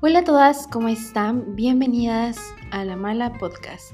Hola a todas, ¿cómo están? Bienvenidas a La Mala Podcast.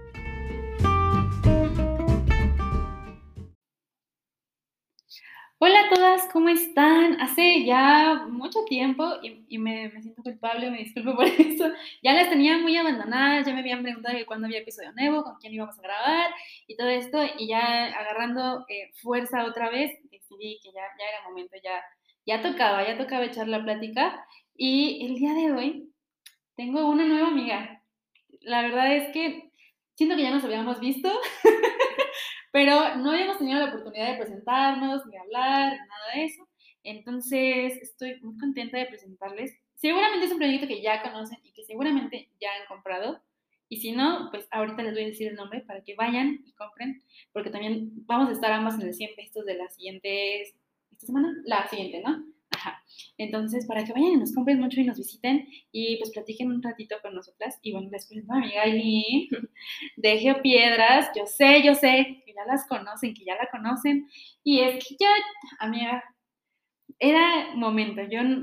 Hola a todas, ¿cómo están? Hace ya mucho tiempo y me siento culpable, me disculpo por eso. Ya las tenía muy abandonadas, ya me habían preguntado que cuándo había episodio nuevo, con quién íbamos a grabar y todo esto, y ya agarrando fuerza otra vez, decidí que ya era momento, ya tocaba echar la plática. Y el día de hoy tengo una nueva amiga. La verdad es que siento que ya nos habíamos visto, pero no habíamos tenido la oportunidad de presentarnos, ni hablar, ni nada de eso. Entonces, estoy muy contenta de presentarles. Seguramente es un proyecto que ya conocen y que seguramente ya han comprado. Y si no, pues ahorita les voy a decir el nombre para que vayan y compren, porque también vamos a estar ambas en el 100 pestos de la siguiente, ¿esta semana? La siguiente, ¿no? Ajá. Entonces, para que vayan y nos compren mucho y nos visiten y pues platiquen un ratito con nosotras. Y bueno, les presento a mi amiga Aileen de Geopiedras. Yo sé que ya las conocen, que ya la conocen. Y es que ya, amiga, era momento.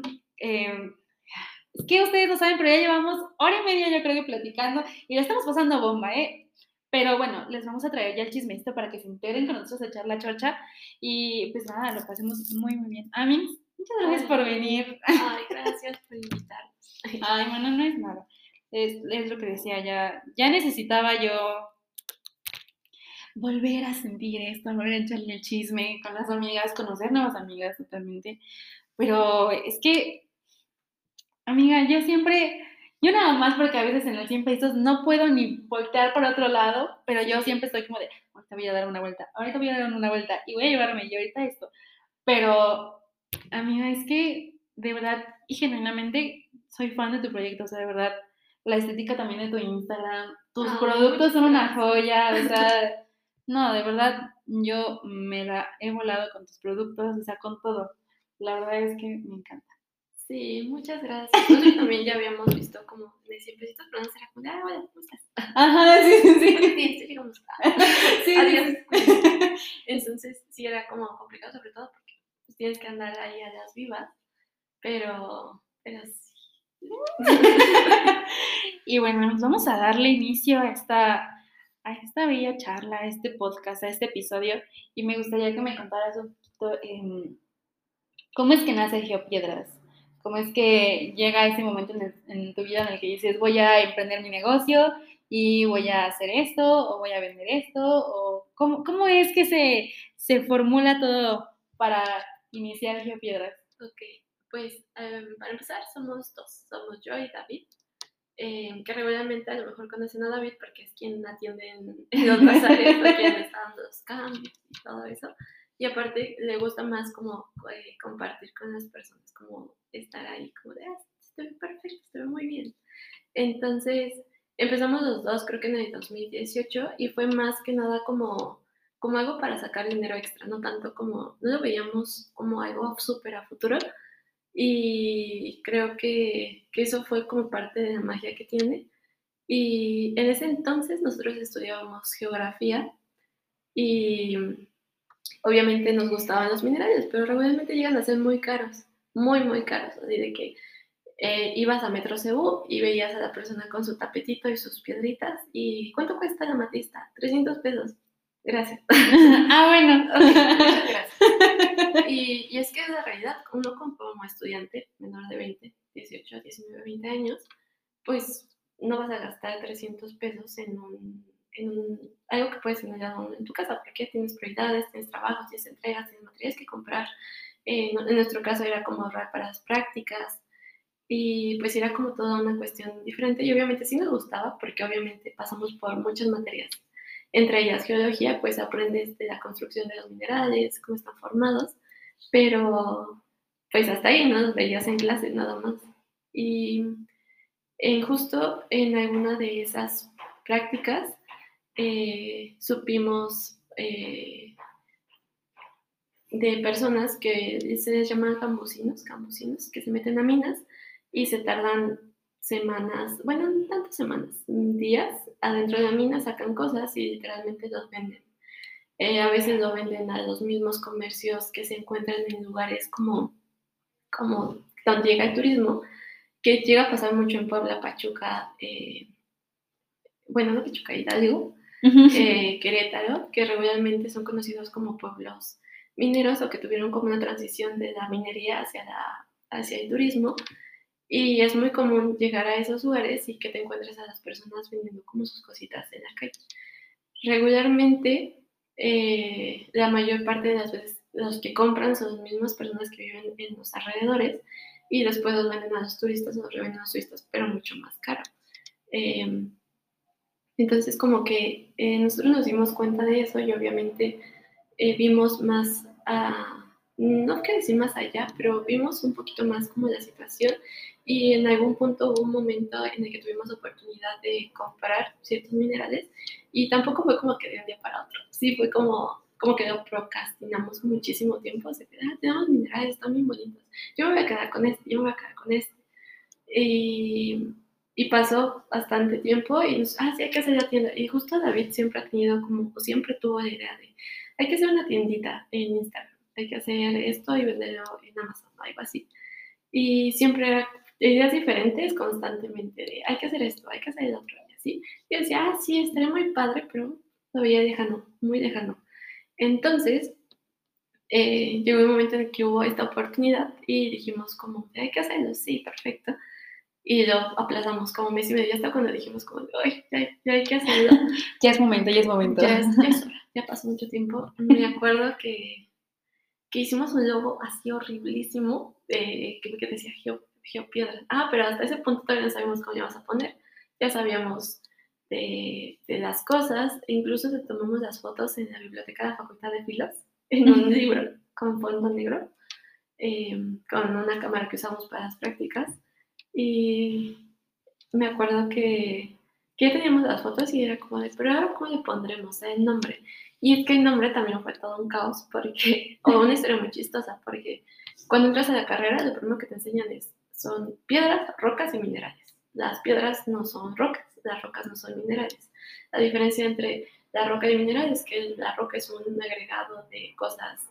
Es que ustedes lo saben, pero ya llevamos hora y media, yo creo que platicando, y lo estamos pasando bomba, ¿eh? Pero bueno, les vamos a traer ya el chismecito para que se integren con nosotros a echar la chorcha. Y pues nada, lo pasemos muy, muy bien. Ami, muchas gracias por venir. Ay, gracias por invitarnos. Ay, bueno, no es nada. Es lo que decía, ya necesitaba yo volver a sentir esto, volver a echarle el chisme con las amigas, conocer nuevas amigas totalmente. Pero es que, amiga, yo nada más porque a veces en los 100 pesos no puedo ni voltear para otro lado, pero yo siempre estoy como de, ahorita voy a dar una vuelta, ahorita voy a dar una vuelta y voy a llevarme y ahorita esto. Pero, amiga, es que de verdad y genuinamente soy fan de tu proyecto, o sea, de verdad, la estética también de tu Instagram, tus productos son una joya, o sea, no, de verdad, yo me la he volado con tus productos, o sea, con todo. La verdad es que me encanta. Sí, muchas gracias. Nosotros también ya habíamos visto como de 100 pesitos, pero no será como de, hola, ¿cómo estás? Ajá, sí. Sí, digamos. Sí, Adiós. Entonces, sí era como complicado, sobre todo porque pues, tienes que andar ahí a las vivas, pero sí. Y bueno, vamos a darle inicio a esta bella charla, a este podcast, a este episodio. Y me gustaría que me contaras un poquito cómo es que nace Geopiedras. ¿Cómo es que llega ese momento en tu vida en el que dices, voy a emprender mi negocio y voy a hacer esto o voy a vender esto? ¿O cómo es que se formula todo para iniciar Geopiedras? Ok, pues para empezar somos dos, somos yo y David, que regularmente a lo mejor conocen a David porque es quien atiende en los bazares, o quien está dando los cambios y todo eso. Y aparte le gusta más como compartir con las personas, como estar ahí, como de, estoy perfecto, estoy muy bien. Entonces empezamos los dos, creo que en el 2018, y fue más que nada como algo para sacar dinero extra, no tanto como, no lo veíamos como algo súper a futuro, y creo que eso fue como parte de la magia que tiene. Y en ese entonces nosotros estudiábamos geografía y obviamente nos gustaban los minerales, pero regularmente llegan a ser muy caros, muy, muy caros, así de que ibas a Metro Cebú y veías a la persona con su tapetito y sus piedritas y ¿cuánto cuesta la amatista? 300 pesos. Gracias. Bueno. Okay, muchas gracias. Y es que es la realidad, uno como estudiante menor de 20, 18, 19, 20 años, pues no vas a gastar 300 pesos en algo que puedes tener en tu casa, porque tienes prioridades, tienes trabajos, tienes entregas, tienes materiales que comprar. En nuestro caso era como ahorrar para las prácticas y pues era como toda una cuestión diferente y obviamente sí nos gustaba porque obviamente pasamos por muchas materias. Entre ellas geología, pues aprendes de la construcción de los minerales, cómo están formados, pero pues hasta ahí, ¿no? Nos veías en clases nada más. Y justo en alguna de esas prácticas supimos de personas que se les llaman cambusinos, que se meten a minas y se tardan semanas, bueno, no tantas semanas, días adentro de la mina, sacan cosas y literalmente los venden. A veces lo venden a los mismos comercios que se encuentran en lugares como donde llega el turismo, que llega a pasar mucho en Puebla, Pachuca, bueno, no Pachuca, Hidalgo, Querétaro, que regularmente son conocidos como pueblos mineros o que tuvieron como una transición de la minería hacia el turismo. Y es muy común llegar a esos lugares y que te encuentres a las personas vendiendo como sus cositas en la calle. Regularmente, la mayor parte de las veces los que compran son las mismas personas que viven en los alrededores y después los venden a los turistas o los revenden a los turistas, pero mucho más caro. Entonces, como que nosotros nos dimos cuenta de eso y obviamente vimos más, no quiero decir más allá, pero vimos un poquito más como la situación y en algún punto hubo un momento en el que tuvimos oportunidad de comprar ciertos minerales y tampoco fue como que de un día para otro, sí fue como que lo procrastinamos muchísimo tiempo, o sea, que, tenemos minerales, están bien bonitos, yo me voy a quedar con este, yo me voy a quedar con este. Y pasó bastante tiempo y nos, sí, hay que hacer la tienda. Y justo David siempre ha tenido como, o siempre tuvo la idea de, hay que hacer una tiendita en Instagram, hay que hacer esto y venderlo en Amazon, algo así. Y siempre era ideas diferentes constantemente de, hay que hacer esto, hay que hacer el otro, y así. Y yo decía, sí, estaría muy padre, pero todavía lejano, muy lejano. Entonces, llegó un momento en el que hubo esta oportunidad y dijimos como, hay que hacerlo, sí, perfecto. Y lo aplazamos como mes y medio hasta cuando dijimos como, ay, ya hay que hacerlo. Ya es momento, ya es momento. Ya es hora, ya pasó mucho tiempo. Me acuerdo que hicimos un logo así horriblísimo, que decía Geopiedras. Pero hasta ese punto todavía no sabíamos cómo íbamos a poner. Ya sabíamos de las cosas, e incluso tomamos las fotos en la biblioteca de la Facultad de Filos, en un libro con fondo negro, con una cámara que usamos para las prácticas. Y me acuerdo que ya teníamos las fotos y era como de, pero ahora ¿cómo le pondremos el nombre? Y es que el nombre también fue todo un caos, porque, o una historia muy chistosa, porque cuando entras a la carrera, lo primero que te enseñan son piedras, rocas y minerales. Las piedras no son rocas, las rocas no son minerales. La diferencia entre la roca y el mineral es que la roca es un agregado de cosas,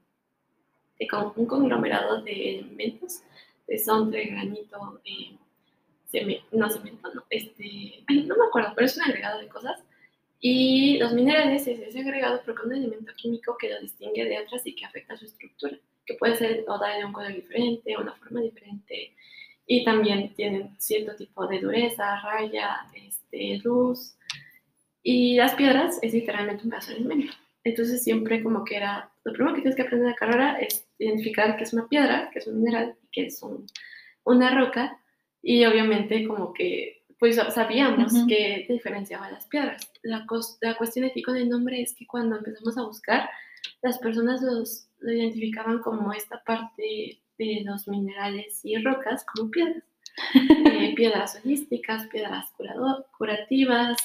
un conglomerado de elementos, de sontre, granito, cemento, no, no me acuerdo, pero es un agregado de cosas. Y los minerales es ese agregado, pero con un elemento químico que lo distingue de otras y que afecta su estructura, que puede ser o darle un color diferente, una forma diferente, y también tienen cierto tipo de dureza, raya, luz. Y las piedras es literalmente un pedazo de elemento. Entonces siempre como que era, lo primero que tienes que aprender en la carrera es identificar qué es una piedra, qué es un mineral y qué es una roca. Y obviamente como que pues sabíamos que diferenciaba las piedras. La cuestión aquí con el nombre es que cuando empezamos a buscar, las personas lo identificaban como esta parte de los minerales y rocas como piedras. Piedras holísticas, piedras curativas,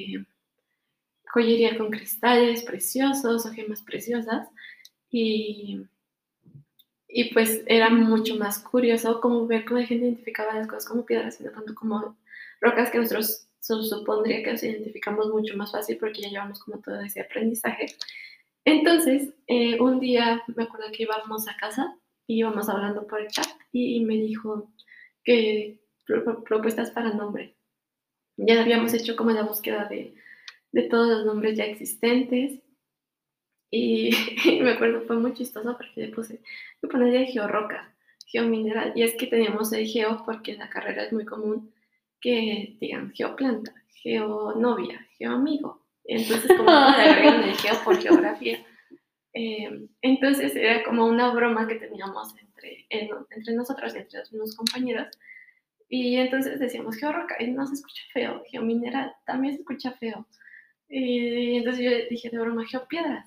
joyería con cristales preciosos o gemas preciosas. Y pues era mucho más curioso como ver cómo la gente identificaba las cosas como piedras y no tanto como rocas, que nosotros supondría que nos identificamos mucho más fácil porque ya llevamos como todo ese aprendizaje. Entonces, un día me acuerdo que íbamos a casa y íbamos hablando por el chat y me dijo que propuestas para nombre. Ya habíamos hecho como la búsqueda de todos los nombres ya existentes. Y me acuerdo, fue muy chistoso porque le puse, yo ponía georroca, geomineral, y es que teníamos el geo porque en la carrera es muy común que digan geoplanta, geonovia, geoamigo. Entonces, como le agregan el geo por geografía. Entonces, era como una broma que teníamos entre nosotros y entre los compañeros. Y entonces decíamos georroca, y no se escucha feo, geomineral, también se escucha feo. Y entonces yo dije de broma, geopiedras.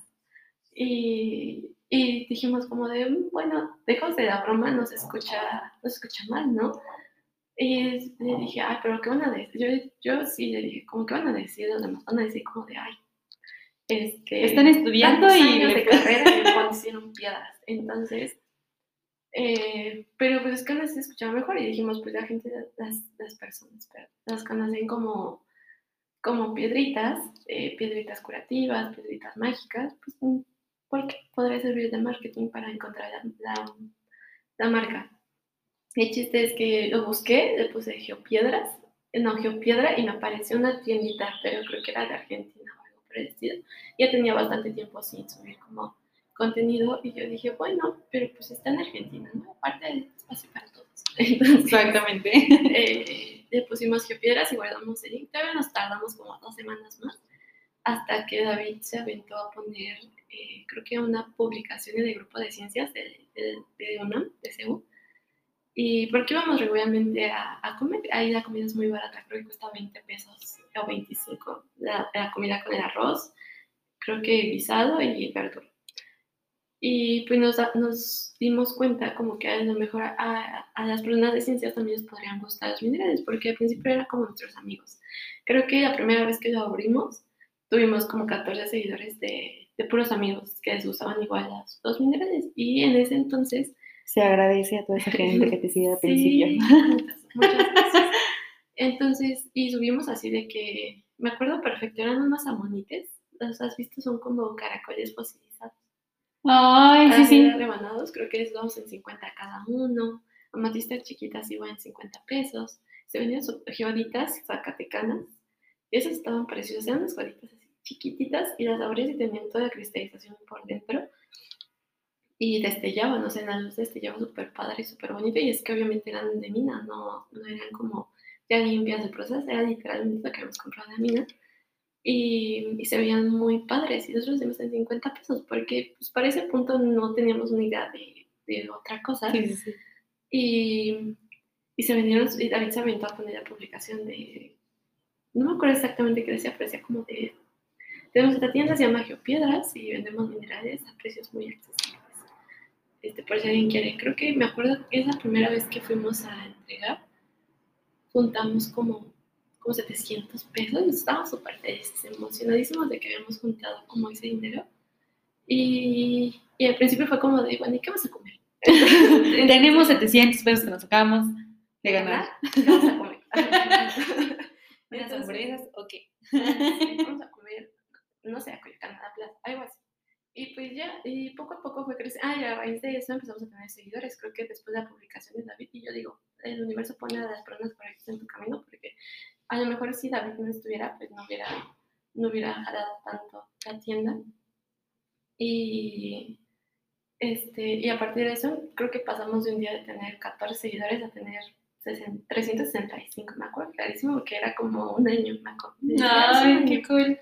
Y dijimos como de, bueno, lejos de la broma no se escucha mal, ¿no? Y le dije, pero ¿qué van a decir? Yo sí le dije, como, ¿qué van a decir? Los demás van a decir como de, están estudiando y años de carrera y cuando hicieron piedras. Entonces, pero pues es que no se escuchaba mejor y dijimos, pues la gente, las personas, las conocen como piedritas, piedritas curativas, piedritas mágicas, pues porque podría servir de marketing para encontrar la marca. El chiste es que lo busqué, le puse Geopiedras, no, Geopiedra, y me apareció una tiendita, pero creo que era de Argentina o algo por el estilo. Ya tenía bastante tiempo sin subir como contenido y yo dije, bueno, pero pues está en Argentina, ¿no? Aparte del espacio para todos. Entonces, Exactamente. le pusimos Geopiedras y guardamos el link. Todavía nos tardamos como 2 semanas más hasta que David se aventó a poner, creo que una publicación en el grupo de ciencias de UNAM, de CEU. Y porque íbamos regularmente a comer, ahí la comida es muy barata, creo que cuesta 20 pesos o 25 la comida con el arroz, creo que guisado y verdura. Y pues nos dimos cuenta como que a lo mejor a las personas de ciencias también les podrían gustar los minerales, porque al principio eran como nuestros amigos. Creo que la primera vez que lo abrimos tuvimos como 14 seguidores de puros amigos que les gustaban igual los minerales. Y en ese entonces... Se agradece a toda esa gente que te sigue al principio. Sí, muchas gracias. Entonces, y subimos así de que, me acuerdo perfecto, eran unos amonites, los has visto, son como caracoles fosilizados. Ay, sí, sí. Rebanados, creo que es 2 en 50 cada uno. Amatistas chiquitas igual en 50 pesos. Se vendían geoditas zacatecanas. Y esas estaban preciosas, eran unas geoditas así chiquititas y las abrías y tenían toda la cristalización por dentro. Y destellaban, o sea, en la luz destellaban súper padre y súper bonito. Y es que obviamente eran de mina, no eran como ya limpias de proceso, era literalmente lo que habíamos comprado en la mina. Y se veían muy padres y nosotros dimos en 50 pesos porque pues, para ese punto no teníamos una idea de otra cosa. Sí, sí, sí. Y se vendieron, y David se aventó a poner la publicación de, no me acuerdo exactamente qué decía, pero decía como de, tenemos esta tienda, se llama Geopiedras y vendemos minerales a precios muy accesibles. Por si alguien quiere, creo que me acuerdo que es la primera vez que fuimos a entregar, juntamos como 700 pesos, estábamos súper felices, emocionadísimos de que habíamos juntado como ese dinero. Y al principio fue como de, bueno, ¿y qué vas a comer? Tenemos 700 pesos que nos sacamos de ganar. ¿Qué vamos a comer? ¿Unas hamburguesas o qué? Vamos a comer, no sé, a Coyoacán, a la plaza, algo así. Y pues ya, y poco a poco fue creciendo. Y a raíz de eso empezamos a tener seguidores. Creo que después de la publicación de David, y yo digo, el universo pone a las personas correctas en tu camino, porque a lo mejor si David no estuviera, pues no hubiera jalado tanto la tienda. Y a partir de eso, creo que pasamos de un día de tener 14 seguidores a tener 365, me acuerdo clarísimo, porque era como un año, me acuerdo. Ay, qué cool.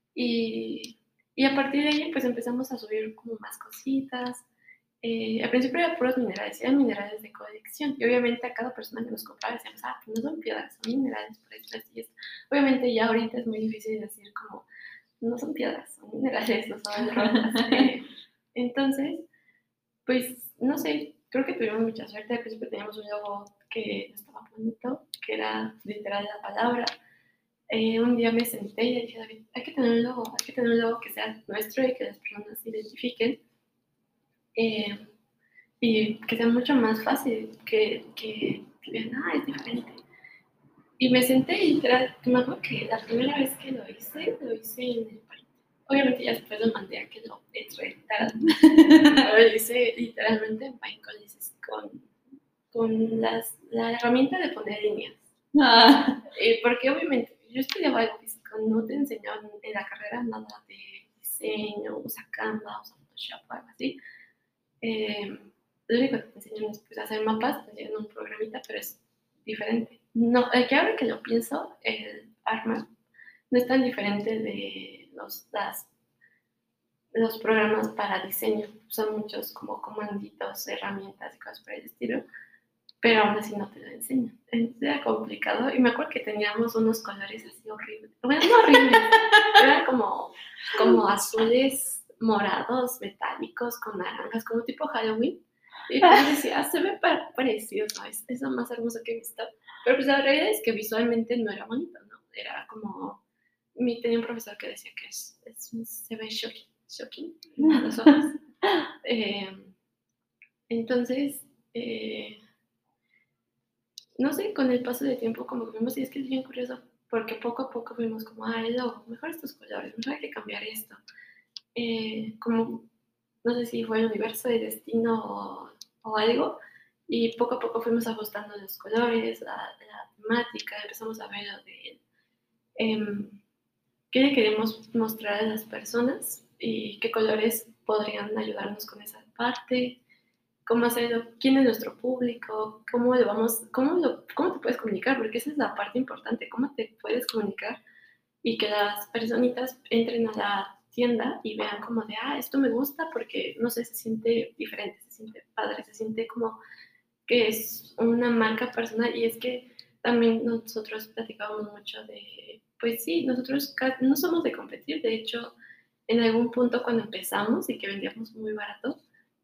Y a partir de ahí, pues empezamos a subir como más cositas. Al principio eran puros minerales, eran minerales de colección. Y obviamente a cada persona que nos compraba decíamos, pues no son piedras, son minerales por esto y esto. Obviamente ya ahorita es muy difícil decir como, no son piedras, son minerales, no son rocas. Entonces, pues, no sé, creo que tuvimos mucha suerte. Al principio teníamos un logo que estaba bonito, que era literal la palabra. Un día me senté y le dije a David, hay que tener un logo que sea nuestro y que las personas se identifiquen. Y que sea mucho más fácil, que vean, es diferente. Y me senté y literal, me acuerdo que la primera vez que lo hice en el Paint. Obviamente ya después lo mandé a que lo editaran. Pero lo hice literalmente en Paint con la herramienta de poner líneas. Porque obviamente yo estudiaba algo físico, no te enseñaban en la carrera nada de diseño, usa Canva, usa Photoshop o algo así. Lo único que te enseñan es pues, hacer mapas, te enseñan un programita, pero es diferente. No, que ahora que lo pienso, el Artmap no es tan diferente de los programas para diseño. Son muchos como comanditos, herramientas y cosas por el estilo, pero aún así no te lo enseñan. Entonces era complicado y me acuerdo que teníamos unos colores así horribles. Bueno, no horribles, eran como azules morados metálicos con naranjas, como tipo Halloween. Y pues decía, se ve precioso, es lo más hermoso que he visto. Pero pues la realidad es que visualmente no era bonito, ¿no? Era como... Tenía un profesor que decía que se ve shocking en los ojos. Entonces, no sé, con el paso del tiempo como que vimos, y es que es bien curioso, porque poco a poco fuimos como, mejor estos colores, mejor hay que cambiar esto. Como, no sé si fue el universo, el destino o algo, Y poco a poco fuimos ajustando los colores, la temática, empezamos a ver lo de qué le queremos mostrar a las personas y qué colores podrían ayudarnos con esa parte, cómo hacerlo, quién es nuestro público, cómo te puedes comunicar, porque esa es la parte importante, cómo te puedes comunicar y que las personitas entren a la tienda y vean como de, esto me gusta porque, no sé, se siente diferente, se siente padre, se siente como que es una marca personal. Y es que también nosotros platicábamos mucho de, pues sí, nosotros no somos de competir, de hecho, en algún punto cuando empezamos y que vendíamos muy barato,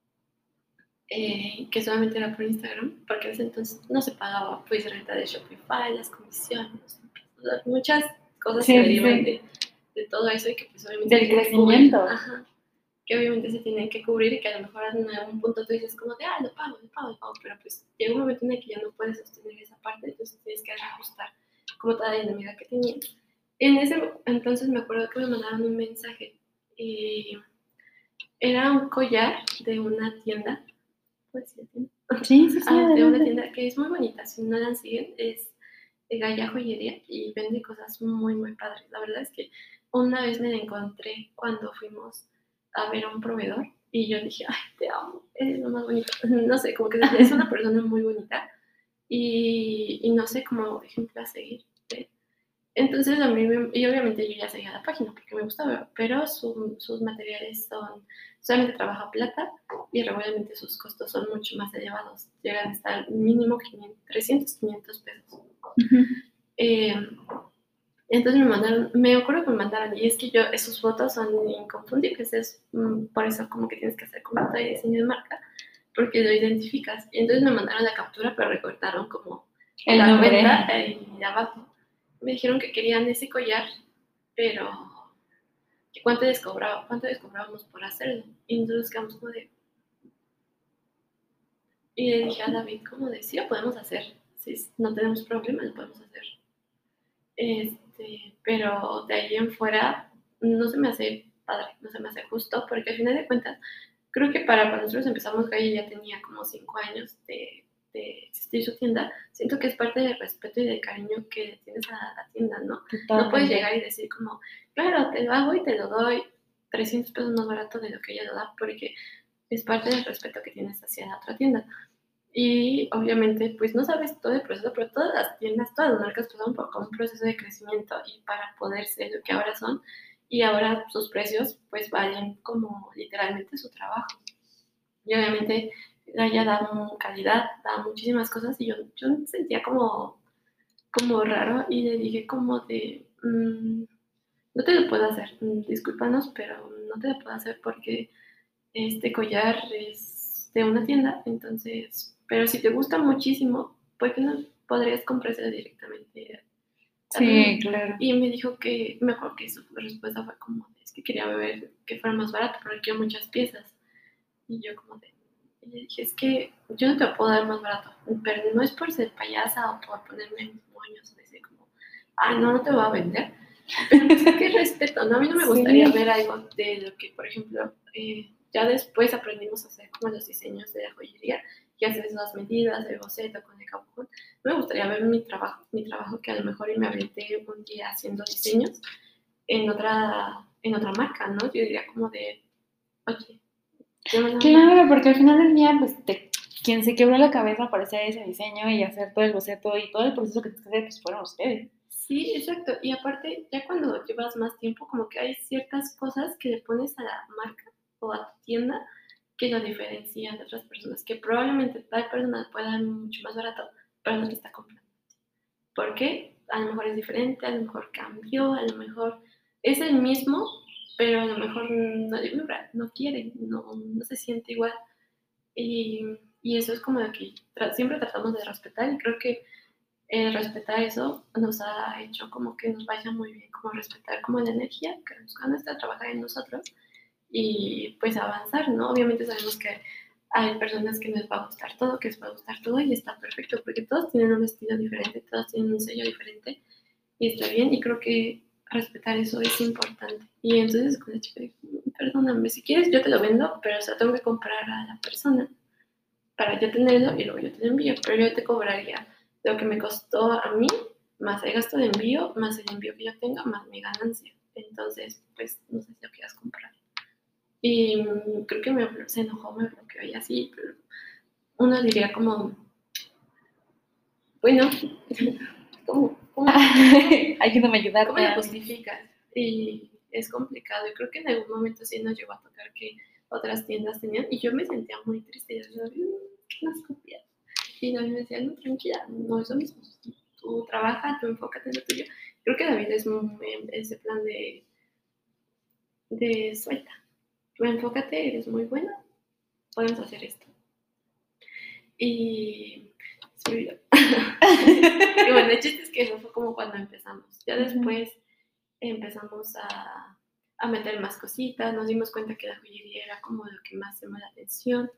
que solamente era por Instagram, porque en ese entonces no se pagaba pues renta de Shopify, las comisiones, muchas cosas que derivan de todo eso y que pues obviamente del crecimiento. Que obviamente se tienen que cubrir y que a lo mejor en algún punto tú dices como de, lo pago, pero pues llega un momento en el que ya no puedes sostener esa parte, entonces tienes que reajustar como toda la dinámica que tenías. En ese entonces me acuerdo que me mandaron un mensaje y era un collar de una tienda, pues sí, de una tienda que es muy bonita, si no la siguen, es de Gaia Joyería y vende cosas muy, muy padres. La verdad es que una vez me la encontré cuando fuimos a ver a un proveedor y yo dije, te amo, eres lo más bonito. No sé, como que es una persona muy bonita y no sé, como ejemplo a seguir. Entonces y obviamente yo ya seguía la página porque me gustaba, pero sus materiales solamente trabaja plata y regularmente sus costos son mucho más elevados, llegan hasta el mínimo 300, 500 pesos. Entonces me acuerdo que me mandaron, y es que sus fotos son inconfundibles, es por eso como que tienes que hacer como de diseño de marca, porque lo identificas. Y entonces me mandaron la captura, pero recortaron como la cuenta y abajo. Me dijeron que querían ese collar, pero que cuánto descobrábamos por hacerlo. Y entonces quedamos como de... Y le dije a David como de, sí, lo podemos hacer, si no tenemos problema, lo podemos hacer. Pero de ahí en fuera no se me hace padre, no se me hace justo, porque al final de cuentas, creo que para cuando nosotros empezamos, Gaia ya tenía como 5 años de existir su tienda. Siento que es parte del respeto y del cariño que le tienes a la tienda, ¿no? Totalmente. No puedes llegar y decir como, claro, te lo hago y te lo doy 300 pesos más barato de lo que ella lo da, porque es parte del respeto que tienes hacia la otra tienda. Y obviamente, pues no sabes todo el proceso, pero todas las tiendas, todas las marcas pasaron por un proceso de crecimiento y para poder ser lo que ahora son. Y ahora sus precios, pues valen como literalmente su trabajo. Y obviamente, ella da calidad, da muchísimas cosas y yo me sentía como raro y le dije como de, no te lo puedo hacer, discúlpanos, pero no te lo puedo hacer porque este collar es de una tienda, entonces, pero si te gusta muchísimo, ¿por qué no podrías comprárselo directamente? Sí, claro. Y me dijo me acuerdo que su respuesta fue como, es que quería ver que fuera más barato, pero quiero muchas piezas. Y yo como y le dije, es que yo no te puedo dar más barato, pero no es por ser payasa o por ponerme moños, decir como, no te voy a vender. Pero pues es que respeto, ¿no? A mí no me gustaría ver algo de lo que, por ejemplo, ya después aprendimos a hacer como los diseños de la joyería y hacer las medidas, el boceto con el capón. Me gustaría ver mi trabajo que a lo mejor me aventé un día haciendo diseños en otra marca, ¿no? Yo diría como de, oye, claro, porque al final del día, pues quien se quebró la cabeza para hacer ese diseño y hacer todo el boceto y todo el proceso que tienes que hacer, pues fueron ustedes. Sí, exacto. Y aparte, ya cuando llevas más tiempo, como que hay ciertas cosas que le pones a la marca o a tu tienda que lo diferencian de otras personas, que probablemente tal persona pueda dar mucho más barato, pero no te está comprando. ¿Por qué? A lo mejor es diferente, a lo mejor cambió, a lo mejor es el mismo, pero a lo mejor no le vibra, no quiere, no se siente igual. Y eso es como lo que siempre tratamos de respetar, y creo que respetar eso nos ha hecho como que nos vaya muy bien, como respetar como la energía que nos gusta trabajar en nosotros y pues avanzar, ¿no? Obviamente sabemos que hay personas que les va a gustar todo, que les va a gustar todo y está perfecto porque todos tienen un estilo diferente, todos tienen un sello diferente y está bien, y creo que respetar eso es importante. Y entonces con la chica dije, perdóname, si quieres yo te lo vendo, pero o sea, tengo que comprar a la persona para yo tenerlo y luego yo te lo envío, pero yo te cobraría lo que me costó a mí, más el gasto de envío, más el envío que yo tenga, más mi ganancia. Entonces, pues, no sé si lo quieras comprar. Y creo que se enojó, me bloqueó y así, pero uno diría como, bueno, ¿cómo ayúdame a ayudarte. ¿cómo lo justificas? Y es complicado. Y creo que en algún momento sí nos llegó a tocar que otras tiendas tenían, y yo me sentía muy triste. Y yo decía, ¿qué nos copias? Y David me decía, no, tranquila, no es lo mismo. Tú trabaja, tú enfócate en lo tuyo. Creo que David es ese plan de suelta. Tú enfócate, eres muy buena, podemos hacer esto. Y se me olvidó. Y bueno, el chiste es que eso fue como cuando empezamos. Ya después empezamos a meter más cositas, nos dimos cuenta que la joyería era como lo que más llama la atención.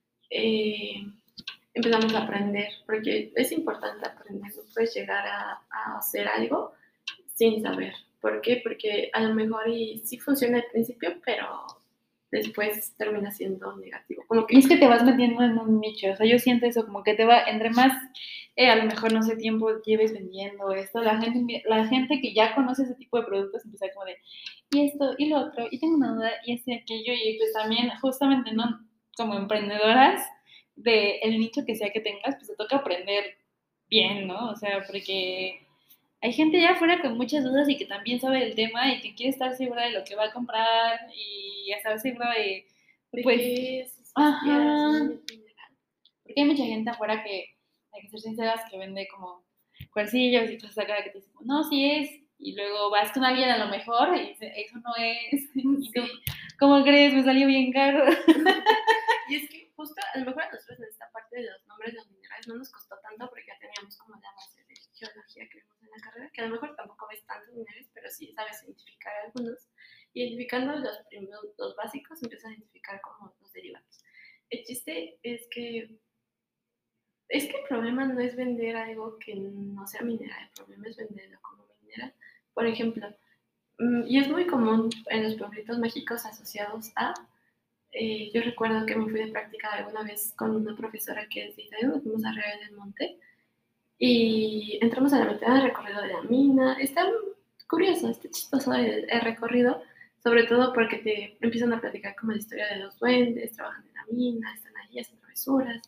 Empezamos a aprender, porque es importante aprender, no puedes llegar a hacer algo sin saber. ¿Por qué? Porque a lo mejor y sí funciona al principio, pero después termina siendo negativo. Como que Y es que te vas metiendo en un nicho, o sea, yo siento eso, como que te va, entre más, a lo mejor, no sé, tiempo lleves vendiendo esto, la gente que ya conoce ese tipo de productos empieza como de, y esto, y lo otro, y tengo una duda, y este, aquello, y pues también, justamente, ¿no? Como emprendedoras, del nicho que sea que tengas, pues te toca aprender bien, ¿no? O sea, porque hay gente allá afuera con muchas dudas y que también sabe del tema y que quiere estar segura de lo que va a comprar y estar segura de, pues, que es ajá, porque hay mucha gente afuera que, hay que ser sinceras, que vende como cuarcillos y cosas acá que te dicen, no, sí es, y luego vas con alguien a lo mejor y dice, eso no es, y tú, ¿cómo crees? Me salió bien caro. Y es que justo, a lo mejor a nosotros en esta parte de los nombres de los minerales no nos costó tanto porque ya teníamos como la base de geología que vimos en la carrera, que a lo mejor tampoco ves tantos minerales, pero sí sabes identificar algunos. Identificando los básicos, empiezas a identificar como los derivados. El chiste es que el problema no es vender algo que no sea mineral, el problema es venderlo como mineral. Por ejemplo, y es muy común en los pueblitos mágicos asociados a yo recuerdo que me fui de práctica alguna vez con una profesora que es de Hidalgo, nos fuimos a Real del Monte y entramos a la mitad del recorrido de la mina. Está curioso, está chistoso el recorrido, sobre todo porque te empiezan a platicar como la historia de los duendes, trabajan en la mina, están allí, hacen travesuras.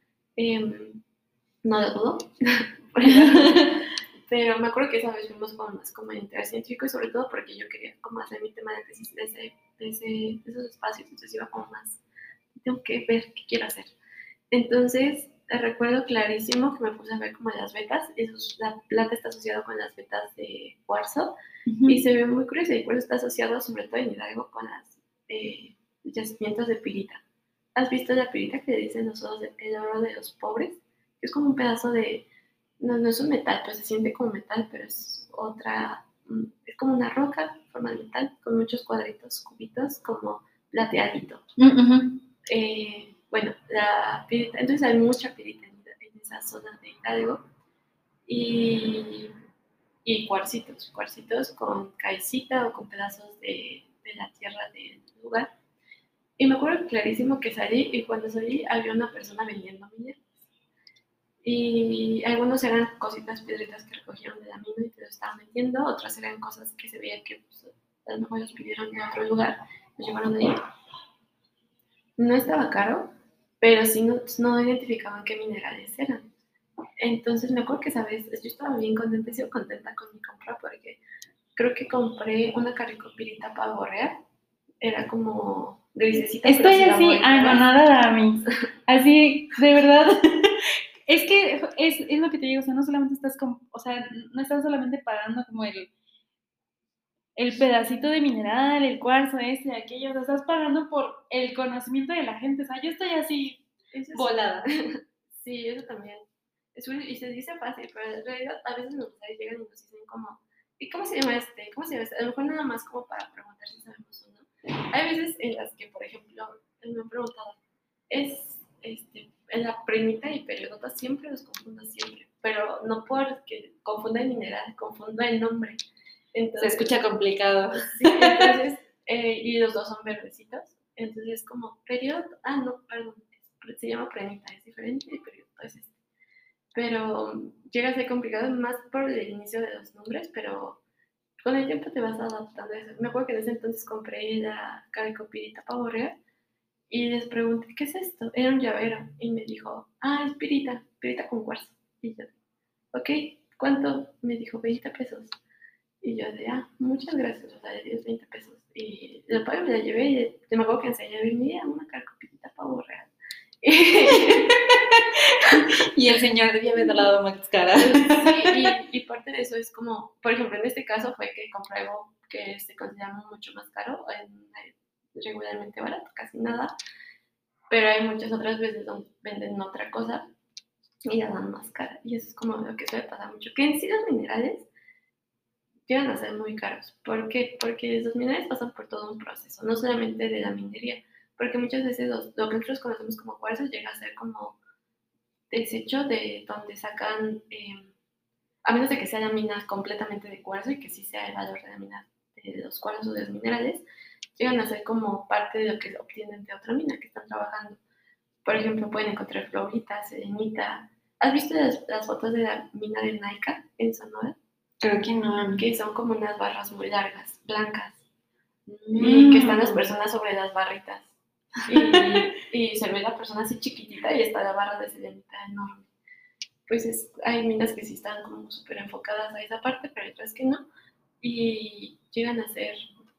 No lo dudo, pero me acuerdo que esa vez fuimos más como el interés científico y sobre todo porque yo quería como hacer mi tema de tesis de esos espacios, entonces iba como más, tengo que ver qué quiero hacer. Entonces, recuerdo clarísimo que me puse a ver como las vetas, la plata está asociada con las vetas de cuarzo y se ve muy curioso, y el cuarzo está asociado sobre todo en Hidalgo con las yacimientos de pirita. ¿Has visto la pirita que le dicen el oro de los pobres? Es como un pedazo de, no es un metal, pues se siente como metal, pero es es como una roca en forma de metal, con muchos cuadritos, cubitos, como plateadito. Bueno, la pirita, entonces hay mucha pirita en esa zona de Hidalgo y cuarcitos con caicita o con pedazos de la tierra del lugar. Y me acuerdo clarísimo que salí y cuando salí había una persona vendiendo minerales. Y algunos eran cositas, piedritas que recogieron de la mina y que lo estaban vendiendo, otras eran cosas que se veía que pues, a lo mejor los pidieron en otro lugar, los llevaron ahí. No estaba caro, pero sí no identificaban qué minerales eran. Entonces me acuerdo que esa vez yo estaba bien contenta y sigo contenta con mi compra porque creo que compré una caricopirita para borrear. Era como grisecita. Estoy así anonadada a mí. Así, de verdad. Es que es lo que te digo, o sea, no solamente estás o sea, no estás solamente pagando como el pedacito de mineral, el cuarzo, aquello, o sea, estás pagando por el conocimiento de la gente, o sea, yo estoy así volada. Sí, eso también. Y se dice fácil, pero en realidad a veces nos llegan y nos dicen como, ¿y cómo se llama este? ¿Cómo se llama este? A lo mejor nada más como para preguntar si sabemos o no. Hay veces en las que, por ejemplo, me han preguntado, en la primita y periodota siempre los confundo siempre, pero no porque confunda el mineral, confunda el nombre. Entonces, se escucha complicado. Sí, entonces, y los dos son verdecitos, entonces es como periodo, no, perdón, es se llama Prenita, es diferente, pero es este. Pero llega a ser complicado más por el inicio de los nombres, pero con el tiempo te vas adaptando a eso. Me acuerdo que en ese entonces compré la Pirita Pavo Real y les pregunté, ¿qué es esto? Era un llavero y me dijo, es pirita con cuarzo. Y yo, ok, ¿cuánto? Me dijo, 20 pesos. Y yo de, muchas gracias, o sea, de 10, 20 pesos. Y el padre me la llevé y me acuerdo que enseñé, mira, una Pirita Pavo Real. Y el señor debía haber dado más cara. Sí, y parte de eso es como, por ejemplo, en este caso fue que compruebo que se considera mucho más caro, regularmente barato, casi nada, pero hay muchas otras veces donde venden otra cosa y la dan más cara. Y eso es como lo que suele pasar mucho, que en sí los minerales llegan a ser muy caros. ¿Por qué? Porque los minerales pasan por todo un proceso, no solamente de la minería, porque muchas veces lo que nosotros conocemos como cuarzo llega a ser como desecho de donde sacan, a menos de que sea la mina completamente de cuarzo y que sí sea el valor de la mina de los cuarzos o de los minerales, llegan a ser como parte de lo que obtienen de otra mina que están trabajando. Por ejemplo, pueden encontrar florita, selenita. ¿Has visto las fotos de la mina de Naica en Sonora? Creo que no. Que son como unas barras muy largas, blancas. Y que están las personas sobre las barritas. Y se ve la persona así chiquitita y está la barra de selenita enorme. Pues hay minas que sí están como súper enfocadas a esa parte, pero hay otras que no. Y llegan a ser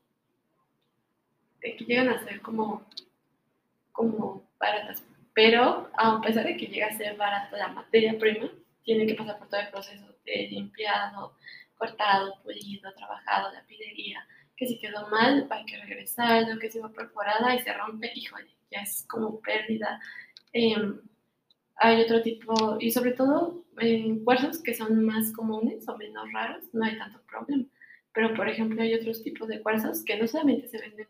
como baratas. Pero a pesar de que llega a ser barata la materia prima, tiene que pasar por todo el proceso de limpiado, cortado, pulido, trabajado, la pidería. Que si quedó mal, hay que regresarlo, que si va perforada y se rompe, híjole, ya es como pérdida. Hay otro tipo, y sobre todo en cuarzos que son más comunes o menos raros, no hay tanto problema. Pero, por ejemplo, hay otros tipos de cuarzos que no solamente se venden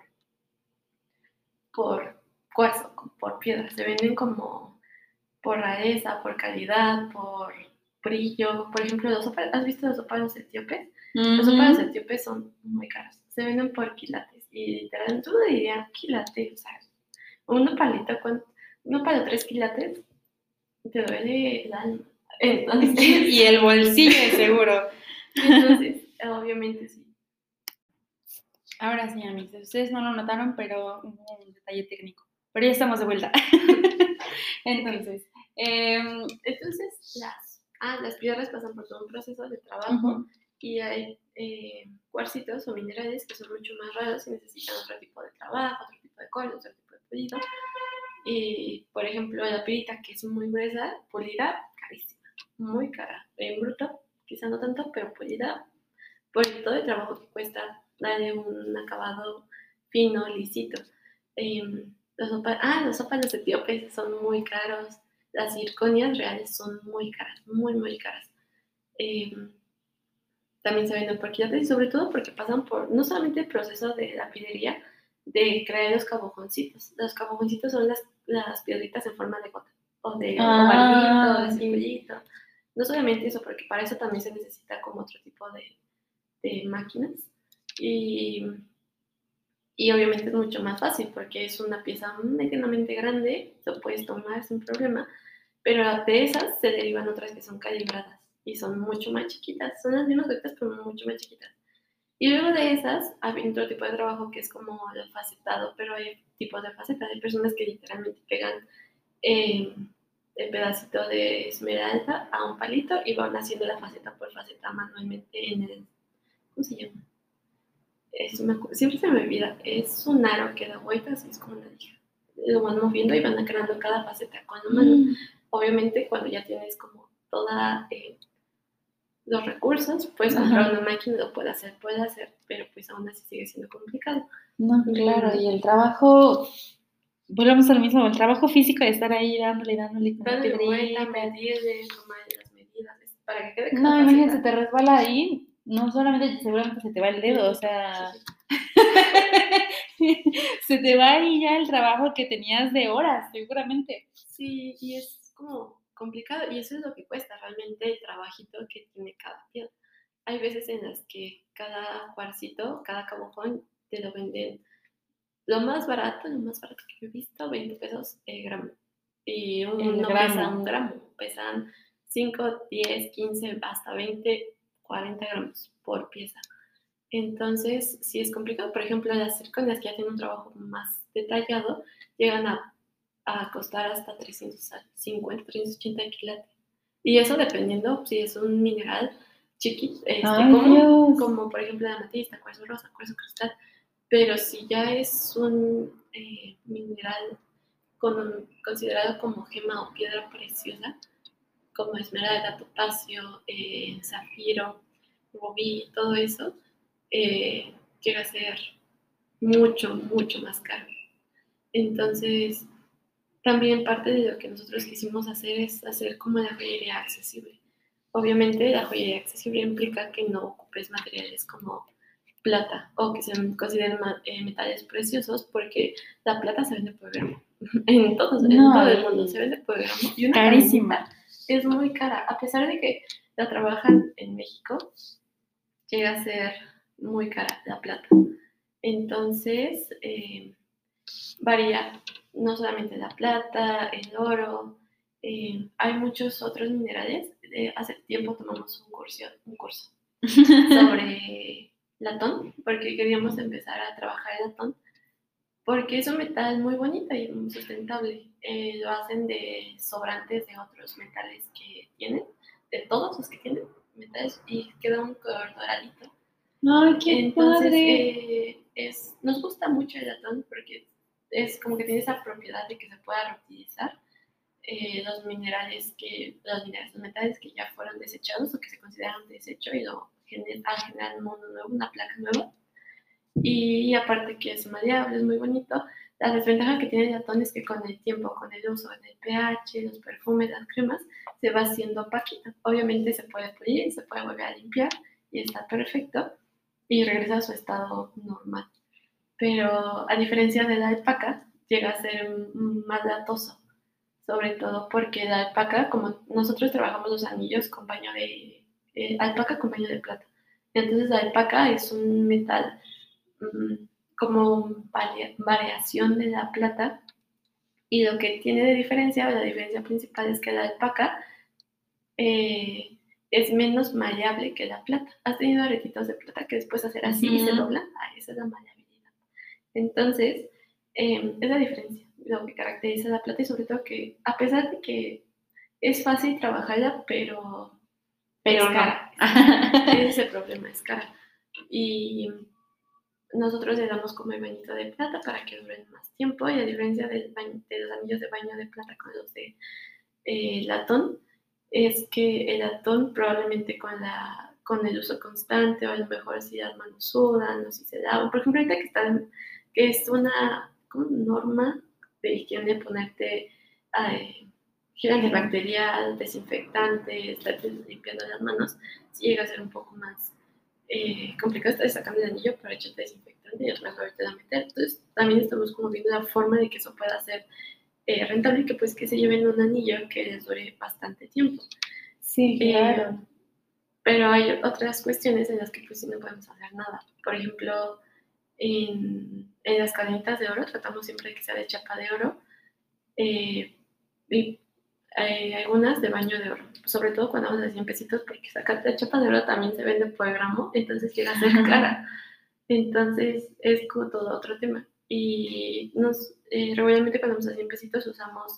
por cuarzo, por piedra, se venden como por rareza, por calidad, por brillo. Por ejemplo, ¿has visto los ópalos etíopes? Los ópalos etíopes son muy caros, se venden por quilates. Y literalmente uno diría, quilate, o sea, un opalo 3 quilates, te duele el alma. Entonces, y el bolsillo, seguro. Entonces, obviamente sí. Ahora sí, amigos, ustedes no lo notaron, pero hubo un detalle técnico. Pero ya estamos de vuelta. Entonces, las piedras pasan por todo un proceso de trabajo y hay cuarcitos o minerales que son mucho más raros y necesitan otro tipo de trabajo, otro tipo de corte, otro tipo de pulido. Y, por ejemplo, la pirita, que es muy gruesa, pulida, carísima, muy cara. En bruto, quizá no tanto, pero pulida, por todo el trabajo que cuesta darle un acabado fino, lisito. Los ópalos etíopes son muy caros. Las zirconias reales son muy caras, muy, muy caras. También se venden por quilates y sobre todo porque pasan por no solamente el proceso de la pidería, de crear los cabojoncitos. Los cabojoncitos son las piedritas en forma de gota, o de ovalito, de circulito. No solamente eso, porque para eso también se necesita como otro tipo de máquinas. Y obviamente es mucho más fácil porque es una pieza medianamente grande, lo puedes tomar sin problema, pero de esas se derivan otras que son calibradas y son mucho más chiquitas, son las mismas gotas pero mucho más chiquitas. Y luego de esas hay otro tipo de trabajo que es como el facetado, pero hay tipos de facetas, hay personas que literalmente pegan el pedacito de esmeralda a un palito y van haciendo la faceta por faceta manualmente en el, ¿cómo se llama? Siempre se me olvida, es un aro que da vueltas y es como una lija. Lo van moviendo y van creando cada faceta con la mano. Obviamente, cuando ya tienes como toda los recursos, puedes comprar una máquina y lo puedes hacer, pero pues aún así sigue siendo complicado. No, claro, y el trabajo, volvemos al mismo, el trabajo físico de estar ahí dándole con la piedrita, medirle, tomar las medidas, para que quede cada No, imagínate, te resbala ahí, no solamente seguramente se te va el dedo, o sea, se te va ahí ya el trabajo que tenías de horas, seguramente. Sí, y es como complicado, y eso es lo que cuesta realmente el trabajito que tiene cada piedra. Hay veces en las que cada cuarcito, cada cabojón, te lo venden lo más barato que yo he visto, 20 pesos gramo. y El no gramo. pesa 1 gramo, pesan 5, 10, 15, hasta 20, 40 gramos por pieza. Entonces, sí es complicado. Por ejemplo, las zirconias que ya tienen un trabajo más detallado, llegan a costar hasta 350, 380 quilates. Y eso dependiendo si es un mineral chiquito, ¡Ay, común, Dios! como por ejemplo la amatista, cuarzo rosa, cuarzo cristal. Pero si ya es un mineral considerado como gema o piedra preciosa, como esmeralda, topacio, zafiro, rubí, todo eso, llega a ser mucho, mucho más caro. Entonces, también parte de lo que nosotros quisimos hacer es hacer como la joyería accesible. Obviamente, la joyería accesible implica que no ocupes materiales como plata o que se consideren metales preciosos, porque la plata se vende por gramo. En todo el mundo se vende por gramo. Y una Carísima. es muy cara, a pesar de que la trabajan en México, llega a ser muy cara la plata. Entonces, varía no solamente la plata, el oro, hay muchos otros minerales. Hace tiempo tomamos un curso sobre latón, porque queríamos empezar a trabajar el latón, porque es un metal muy bonito y muy sustentable. Lo hacen de sobrantes de otros metales que tienen, de todos los que tienen metales, y queda un color doradito. ¡Ay, qué Entonces, padre! nos gusta mucho el latón porque es como que tiene esa propiedad de que se pueda reutilizar. Los metales que ya fueron desechados o que se consideran desecho y al generar un mundo nuevo, una placa nueva. Y aparte que es maleable, es muy bonito. La desventaja que tiene el latón es que con el tiempo, con el uso del pH, los perfumes, las cremas, se va haciendo opaquito. Obviamente se puede pulir, se puede volver a limpiar y está perfecto y regresa a su estado normal. Pero a diferencia de la alpaca, llega a ser más latoso, sobre todo porque la alpaca, como nosotros trabajamos los anillos con baño de alpaca con baño de plata. Entonces la alpaca es un metal como variación de la plata, y lo que tiene de diferencia, o la diferencia principal, es que la alpaca es menos maleable que la plata. ¿Has tenido aretitos de plata que después hacer así y se doblan? Esa es la maleabilidad. Entonces, es la diferencia, lo que caracteriza a la plata, y sobre todo que a pesar de que es fácil trabajarla, pero es cara. Ese es el problema, es cara. Y nosotros le damos como el bañito de plata para que duren más tiempo, y a diferencia de los anillos de baño de plata con los de latón, es que el latón probablemente con el uso constante, o a lo mejor si las manos sudan o si se lavan. Por ejemplo, ahorita que es una norma de higiene ponerte gel antibacterial, desinfectante, estar limpiando las manos, si llega a ser un poco más complicado. Estar sacando el anillo para echarte desinfectante y otra vez volverte a meter. Entonces también estamos como viendo la forma de que eso pueda ser rentable, y que pues que se lleven un anillo que les dure bastante tiempo. Sí, claro. Pero hay otras cuestiones en las que pues sí no podemos hacer nada. Por ejemplo, en las cadenitas de oro tratamos siempre de que sea de chapa de oro, y algunas de baño de oro, sobre todo cuando vamos a 100 pesitos, porque la chapa de oro también se vende por gramo, entonces llega a ser cara. Entonces es como todo otro tema. Y regularmente cuando vamos a 100 pesitos usamos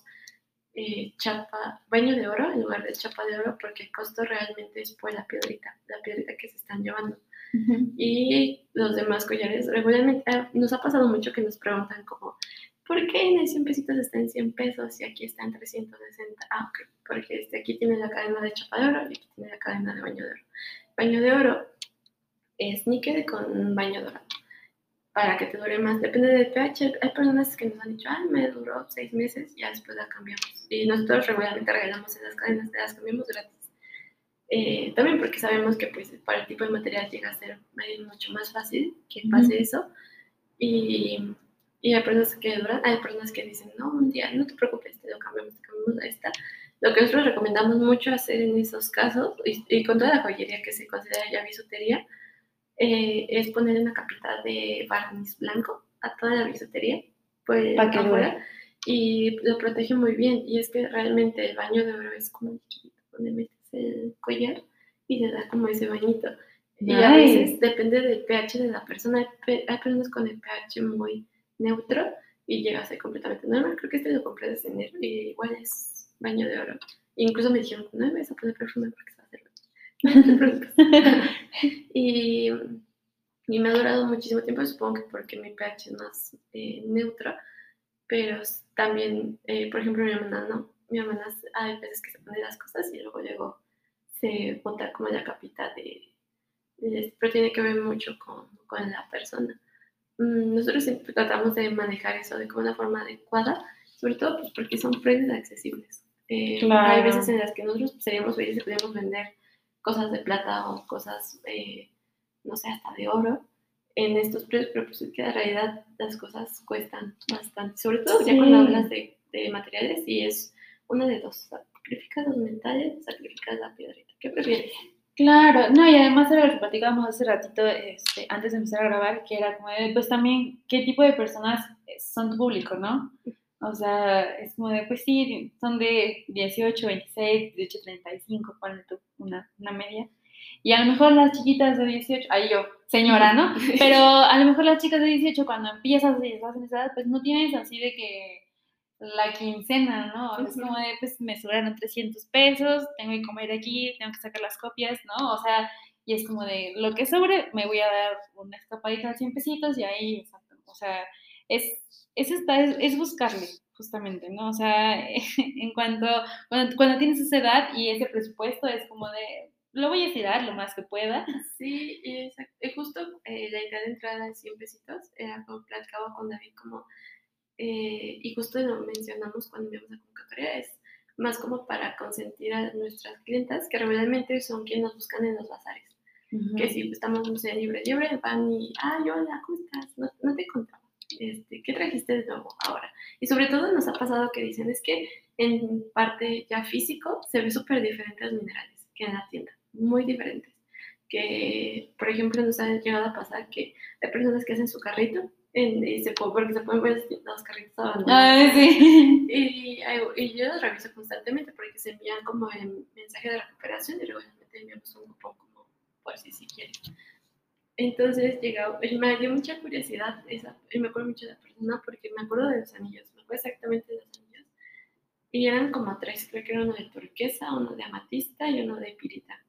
baño de oro en lugar de chapa de oro, porque el costo realmente es por la piedrita que se están llevando. Y los demás collares, regularmente nos ha pasado mucho que nos preguntan como, ¿por qué en el 100 pesitos está en 100 pesos y aquí está en 360? Ok, porque aquí tiene la cadena de chapa de oro y aquí tiene la cadena de baño de oro. Baño de oro es níquel con baño dorado, para que te dure más. Depende del pH. Hay personas que nos han dicho, me duró 6 meses, y ya después la cambiamos. Y nosotros regularmente regalamos esas cadenas, las cambiamos gratis. También porque sabemos que pues para el tipo de material llega a ser mucho más fácil que pase eso. Y hay personas que duran, hay personas que dicen, no, un día, no te preocupes, te cambiamos a esta. Lo que nosotros recomendamos mucho hacer en esos casos, y con toda la joyería que se considera ya bisutería, es poner una capita de barniz blanco a toda la bisutería por afuera, y lo protege muy bien. Y es que realmente el baño de oro es como un liquidito donde metes el collar y te da como ese bañito. Y a veces depende del pH de la persona. Hay personas con el pH muy neutro y llega a ser completamente normal. Creo que este lo compré desde enero y igual es baño de oro. Incluso me dijeron, no me vas a poner perfume porque se va a hacer no te preocupes. y me ha durado muchísimo tiempo, supongo que porque mi pH es más neutro, pero también, por ejemplo, mi hermana no. Mi hermana hay veces que se pone las cosas y luego se bota como la capita pero tiene que ver mucho con la persona. Nosotros siempre tratamos de manejar eso de como una forma adecuada, sobre todo pues, porque son precios accesibles. Claro. Hay veces en las que nosotros seríamos felices y podríamos vender cosas de plata o cosas, no sé, hasta de oro en estos precios, pero pues es que en realidad las cosas cuestan bastante, sobre todo ya cuando hablas de materiales y es una de dos, sacrificas los metales, sacrificas la piedrita. ¿Qué prefieres? Claro, no, y además era lo que platicábamos hace ratito, antes de empezar a grabar, que era como de, pues también, ¿qué tipo de personas son tu público, no? O sea, es como de, pues sí, son de 18, 26, 18, 35, ponle tú una media. Y a lo mejor las chiquitas de 18, ahí yo, señora, ¿no? Pero a lo mejor las chicas de 18, cuando empiezas y estás en esa edad, pues no tienes así de que la quincena, ¿no? Es como de, pues me sobraron 300 pesos, tengo que comer aquí, tengo que sacar las copias, ¿no? O sea, y es como de, lo que sobre, me voy a dar una escapadita de 100 pesitos y ahí, exacto. O sea, es buscarle, justamente, ¿no? O sea, en cuando tienes esa edad y ese presupuesto, es como de, lo voy a estirar lo más que pueda. Sí, exacto. Justo la idea de entrar a 100 pesitos era como platicaba con David, como y justo lo mencionamos cuando íbamos a convocatoria, es más como para consentir a nuestras clientas, que regularmente son quienes nos buscan en los bazares. Que si estamos, no sé, libre, van y, hola, ¿cómo estás? No te encontraba. ¿Qué trajiste de nuevo ahora? Y sobre todo nos ha pasado que dicen, es que en parte ya físico se ve súper diferentes minerales que en la tienda, muy diferentes. Que, por ejemplo, nos ha llegado a pasar que hay personas que hacen su carrito porque se pueden ver los carritos abandonados. Sí. Y yo los reviso constantemente porque se envían como en mensaje de recuperación y regularmente enviamos un cupón como por si quieren. Entonces me dio mucha curiosidad y me acuerdo mucho de la persona porque me acuerdo de los anillos, me acuerdo exactamente de los anillos. Y eran como tres, creo que era uno de turquesa, uno de amatista y uno de pirita.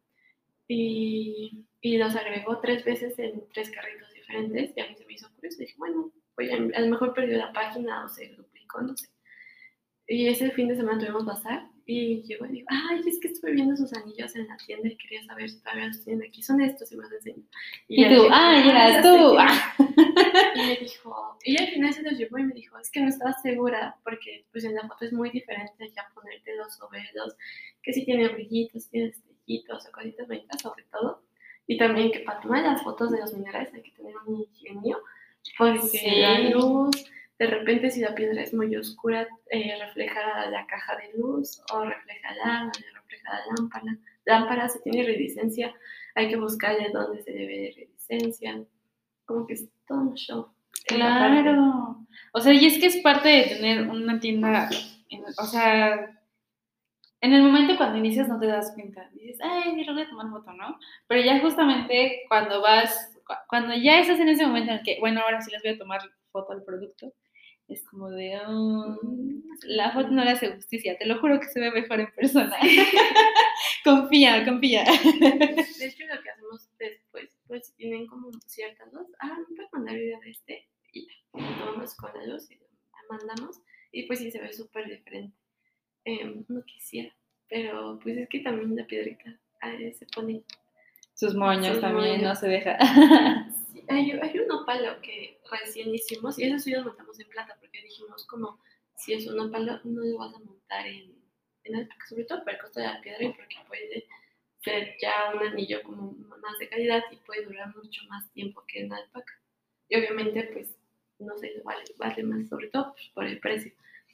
Y los agregó 3 veces en 3 carritos diferentes y a mí se me hizo curioso. Dije, bueno, pues a lo mejor perdió la página o se duplicó, no sé. Y ese fin de semana tuvimos bazar y llegó y dijo, es que estuve viendo sus anillos en la tienda y quería saber si todavía los tienen aquí. Son estos y me los enseñó. Y tú, eras tú. Y me dijo, y al final se los llevó y me dijo, es que no estaba segura porque pues en la foto es muy diferente ya ponértelos o verlos, que si tiene brillitos, si tiene destellitos o cositas bonitas sobre todo. Y también que para tomar las fotos de los minerales hay que tener un ingenio porque la luz, de repente si la piedra es muy oscura, refleja la caja de luz o refleja el agua, refleja la lámpara, si tiene iridiscencia, hay que buscarle dónde se debe de iridiscencia, como que es todo un show. Claro, o sea, y es que es parte de tener una tienda, o sea, en el momento cuando inicias no te das cuenta, dices, sí, lo voy a tomar foto, ¿no? Pero ya justamente cuando ya estás en ese momento en el que, bueno, ahora sí les voy a tomar foto al producto, es como de, la foto no le hace justicia, te lo juro que se ve mejor en persona. confía. De hecho, lo que hacemos después, pues si tienen como ciertas luz, me puedes mandar video de y ya, tomamos con la luz y lo mandamos, y pues sí se ve súper diferente. No quisiera, pero pues es que también la piedrita se pone sus moños también, no se deja. Sí, hay un ópalo que recién hicimos y eso sí lo montamos en plata porque dijimos como si es un ópalo no lo vas a montar en alpaca, sobre todo por el costo de la piedra y porque puede ser ya un anillo como más de calidad y puede durar mucho más tiempo que en alpaca. Y obviamente pues no sé, vale más, sobre todo pues, por el precio.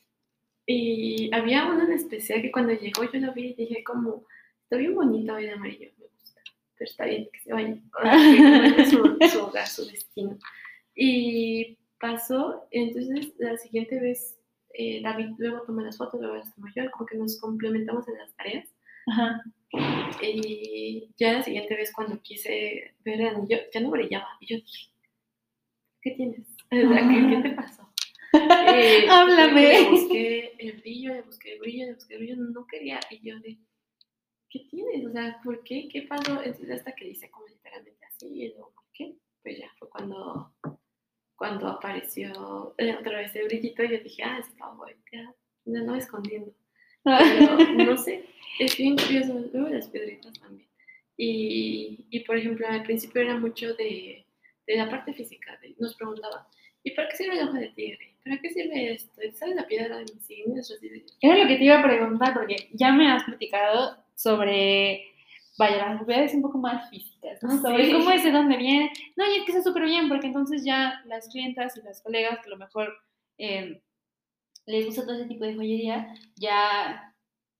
Y había uno en especial que cuando llegó yo lo vi y dije como, está bien bonito hoy de amarillo, me gusta, pero está bien que se vaya, que su hogar, su destino. Y pasó, entonces la siguiente vez David luego toma las fotos, luego las tomo yo, como que nos complementamos en las tareas. Ajá. Y ya la siguiente vez cuando quise ver el anillo, ya no brillaba. Y yo dije, ¿qué tienes? O sea, ¿qué te pasó? Háblame. Le busqué el brillo, le busqué el brillo, no quería. Y yo de, ¿qué tienes? O sea, ¿por qué? ¿Qué pasó? Entonces hasta que dice como literalmente así, y luego, ¿por qué? Pues ya fue cuando apareció otra vez el brillito y yo dije, se estaba volteada, no escondiendo. Pero no sé, es bien curioso, luego las piedritas también. Y por ejemplo, al principio era mucho de la parte física, nos preguntaban, ¿y para qué sirve el ojo de tigre? ¿Para qué sirve esto? ¿Sabes la piedra de mis signos? Era lo que te iba a preguntar, porque ya me has platicado sobre, vaya, las propiedades un poco más físicas, ¿no? Sobre cómo es, de dónde viene. No, y es que está súper bien, porque entonces ya las clientas y las colegas que a lo mejor les gusta todo ese tipo de joyería, ya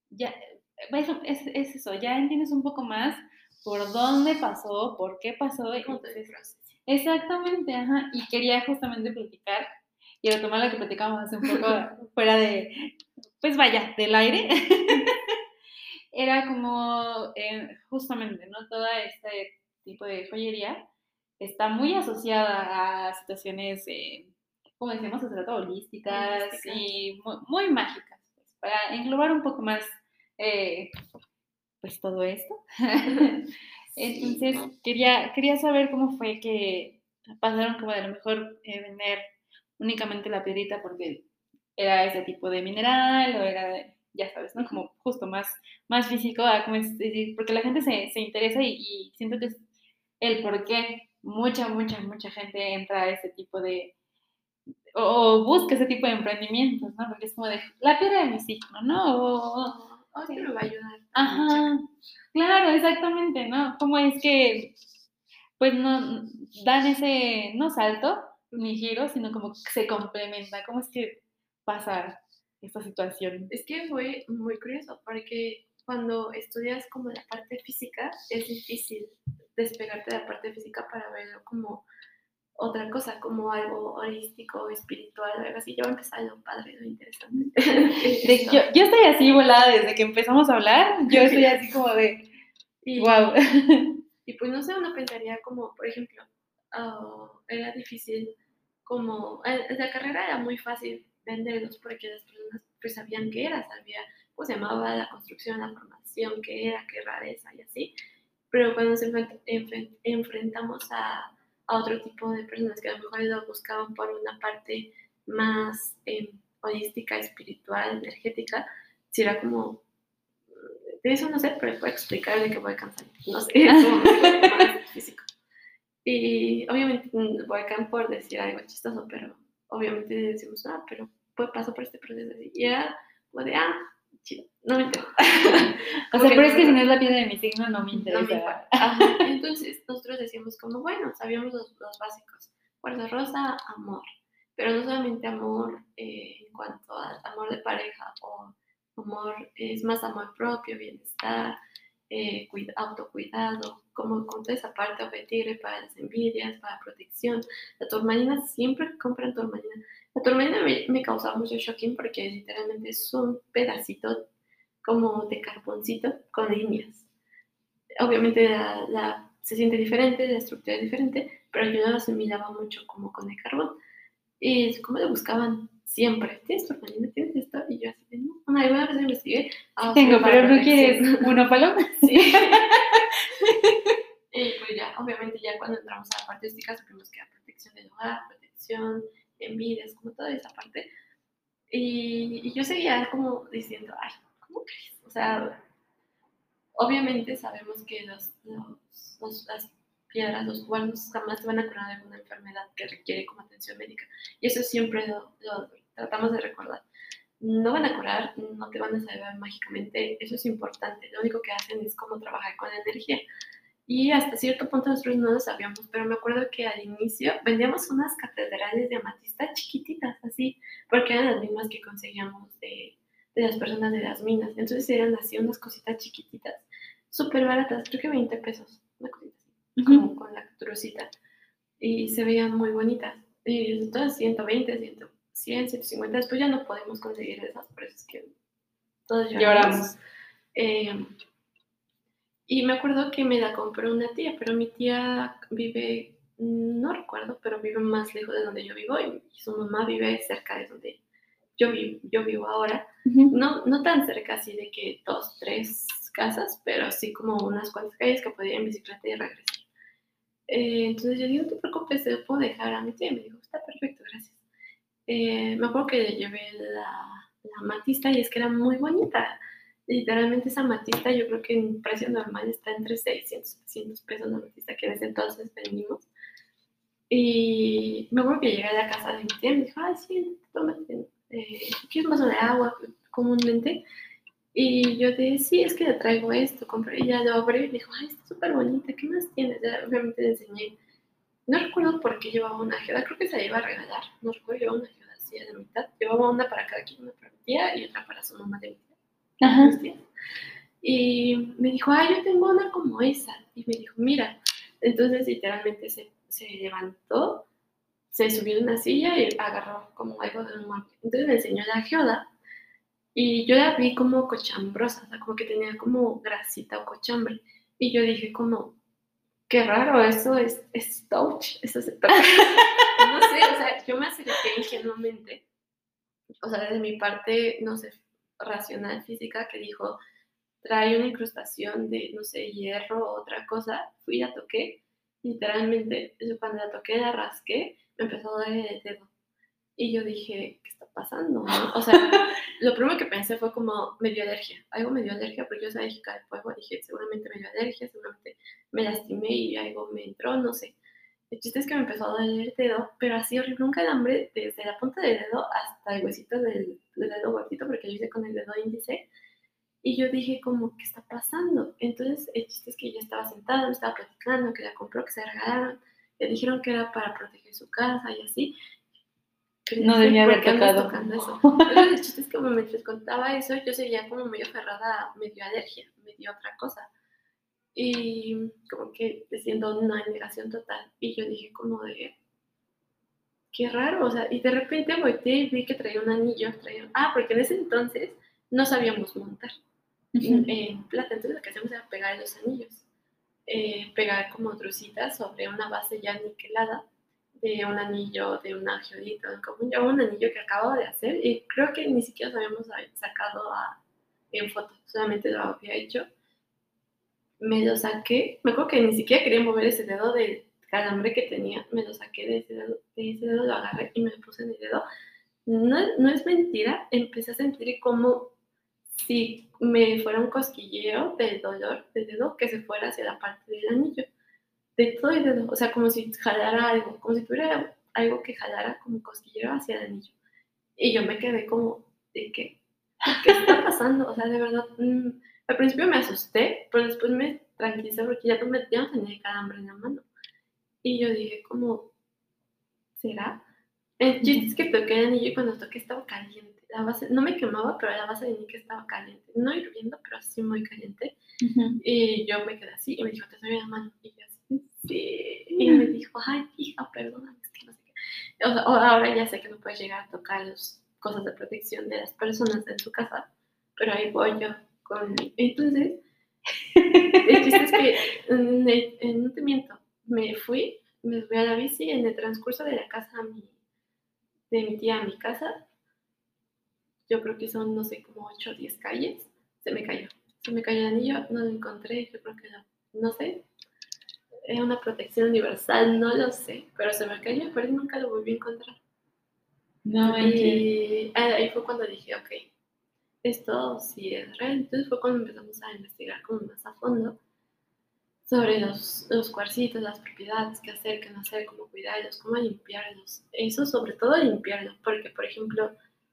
es eso, ya entiendes un poco más por dónde pasó, por qué pasó. Exactamente, ajá. Y quería justamente platicar y retomar lo que platicábamos hace un poco fuera de, pues vaya, del aire. Era como, justamente, ¿no? Todo este tipo de joyería está muy asociada a situaciones, como decíamos hace rato, holísticas y muy, muy mágicas, pues, para englobar un poco más, pues, todo esto. Entonces, quería saber cómo fue que pasaron como de a lo mejor vender únicamente la piedrita porque era ese tipo de mineral o era, ya sabes, ¿no? Como justo más físico, como es decir, porque la gente se interesa y siento que es el por qué mucha gente entra a ese tipo de, o busca ese tipo de emprendimientos, ¿no? Porque es como de, la piedra de mi signo, ¿no? Sí. Me va a ayudar. Ajá, claro, exactamente, ¿no? ¿Cómo es que, pues, no dan ese, no salto, ni giro, sino como que se complementa? ¿Cómo es que pasa esta situación? Es que fue muy curioso, porque cuando estudias como la parte física, es difícil despegarte de la parte física para verlo como otra cosa, como algo holístico, espiritual, algo así. Ya va a empezar lo padre, lo interesante. Yo estoy así volada desde que empezamos a hablar, yo estoy así como de, wow. Y pues no sé, uno pensaría como, por ejemplo, era difícil, como, en la carrera era muy fácil venderlos porque las personas pues sabían qué era, sabían cómo se llamaba la construcción, la formación, qué era, qué rareza y así. Pero cuando nos enfrentamos a otro tipo de personas que a lo mejor lo buscaban por una parte más holística, espiritual, energética, si era como, de eso no sé, pero puedo explicar de que voy a cansar, no sé, es como más físico. Y obviamente voy a por decir algo chistoso, pero obviamente decimos, pero pues paso por este proceso así. Y era como de, chido, no me interesa. O sea, pero es que si no es la piedra de mi signo, no me interesa. No me importa. Entonces nosotros decíamos como, bueno, sabíamos los básicos. Cuarzo rosa, amor. Pero no solamente amor en cuanto al amor de pareja o amor, es más amor propio, bienestar, autocuidado, como con toda esa parte of the tigre para las envidias, para protección. La turmalina, siempre compran turmalina. La turmalina me causaba mucho shocking porque literalmente es un pedacito como de carboncito con líneas. Obviamente se siente diferente, la estructura es diferente, pero yo lo asimilaba mucho como con el carbón. Y es como lo buscaban siempre. ¿Tienes turmalina? ¿Tienes esto? Y yo así, no, alguna vez investigué. Tengo, pero no quieres uno paloma. Sí. Y pues ya, obviamente ya cuando entramos a la parte física supimos que era protección del hogar, protección, envidias, como toda esa parte. Y yo seguía como diciendo, ¿cómo crees? O sea, obviamente sabemos que las piedras, los cuernos jamás te van a curar de alguna enfermedad que requiere como atención médica. Y eso siempre lo tratamos de recordar. No van a curar, no te van a salvar mágicamente, eso es importante. Lo único que hacen es cómo trabajar con la energía. Y hasta cierto punto nosotros no lo sabíamos, pero me acuerdo que al inicio vendíamos unas catedrales de amatista chiquititas, así, porque eran las mismas que conseguíamos de las personas de las minas. Entonces eran así unas cositas chiquititas, súper baratas, creo que 20 pesos, una cosita así, como con la crucita. Y se veían muy bonitas. Y todas 120, 100, 150, después ya no podemos conseguir esas, por eso es que todos Lloramos. Y me acuerdo que me la compró una tía, pero mi tía vive, no recuerdo, pero vive más lejos de donde yo vivo y su mamá vive cerca de donde yo vivo ahora. No tan cerca así de que 2, 3 casas, pero sí como unas cuantas calles que podía ir en bicicleta y regresar. Entonces yo digo, no te preocupes, te puedo dejar a mi tía. Y me dijo, está perfecto, gracias. Me acuerdo que le llevé la amatista y es que era muy bonita. Literalmente esa amatista yo creo que en precio normal está entre 600 y 700 pesos la amatista que desde entonces vendimos. Y me acuerdo que llegué a la casa de mi tía y me dijo, sí, tómate, ¿quieres un vaso de agua comúnmente? Y yo dije, sí, es que le traigo esto, compré, y ya lo abrí y me dijo, está súper bonita, ¿qué más tienes? Ya, obviamente le enseñé. No recuerdo por qué llevaba una geoda, creo que se la iba a regalar, no recuerdo, llevaba una geoda así a la mitad, llevaba una para cada quien, una para mi tía y otra para su mamá de mi tía. Ajá. Y me dijo, yo tengo una como esa, y me dijo, mira, entonces literalmente se levantó, se subió en una silla y agarró como algo de un mueble. Entonces me enseñó la geoda y yo la vi como cochambrosa, o sea, como que tenía como grasita o cochambre. Y yo dije como, qué raro, eso es touch, eso se toca. No sé, o sea, yo me acerqué ingenuamente, o sea, desde mi parte, no sé, racional, física, que dijo, trae una incrustación de, no sé, hierro o otra cosa, fui y la toqué, literalmente, cuando la toqué, la rasqué, me empezó a doler el dedo. Y yo dije, ¿qué está pasando? ¿No? O sea, lo primero que pensé fue como, me dio alergia. Algo me dio alergia porque yo soy alérgica al fuego. Dije, seguramente me dio alergia, seguramente me lastimé y algo me entró, no sé. El chiste es que me empezó a doler el dedo, pero así horrible, un calambre desde la punta del dedo hasta el huesito del dedo gordito, porque yo hice con el dedo índice. Y yo dije, como, ¿qué está pasando? Entonces, el chiste es que yo estaba sentada, me estaba platicando, que la compró, que se regalaron. Le dijeron que era para proteger su casa y así. No debía haber tocado. Tocando eso. Entonces, el chiste es que mientras contaba eso, yo seguía como medio aferrada, me dio alergia, me dio otra cosa. Y como que siendo una negación total. Y yo dije como de, qué raro, o sea, y de repente volteé y vi que traía un anillo, porque en ese entonces no sabíamos montar en plata, entonces lo que hacíamos era pegar los anillos, pegar como trucitas sobre una base ya niquelada de un anillo, de una geodita, como yo un anillo que acababa de hacer y creo que ni siquiera lo habíamos sacado en foto, solamente lo había hecho. Me lo saqué, me acuerdo que ni siquiera quería mover ese dedo del calambre que tenía, me lo saqué de ese dedo lo agarré y me lo puse en el dedo. No es mentira, empecé a sentir como si me fuera un cosquilleo del dolor del dedo que se fuera hacia la parte del anillo, de todo el dedo, o sea, como si jalara algo, como si tuviera algo que jalara como cosquilleo hacia el anillo. Y yo me quedé como, ¿de qué? ¿Qué está pasando? O sea, de verdad, al principio me asusté, pero después me tranquilicé porque ya no tenía calambre en la mano. Y yo dije como, ¿será? El chiste es que toqué el anillo y cuando toqué estaba caliente. La base, no me quemaba, pero la base de níquel estaba caliente. No hirviendo, pero sí muy caliente. Y yo me quedé así y me dijo, ¿te doy la mano? Y yo así, sí. Y me dijo, ay, hija, perdóname, es que no sé qué. O sea, ahora ya sé que no puedes llegar a tocar las cosas de protección de las personas en su casa, pero ahí voy yo con... Entonces, el chiste es que, no te miento, me subí a la bici en el transcurso de la casa de mi tía a mi casa, yo creo que son, no sé, como 8 o 10 calles, se me cayó. Se me cayó el anillo, no lo encontré, yo creo que no sé, es una protección universal, no lo sé, pero se me cayó, pero nunca lo volví a encontrar. No, y ahí fue cuando dije, ok, esto sí es real. Entonces fue cuando empezamos a investigar como más a fondo sobre los cuarcitos, las propiedades, qué hacer, qué no hacer, cómo cuidarlos, cómo limpiarlos. Eso sobre todo limpiarlos, porque por ejemplo,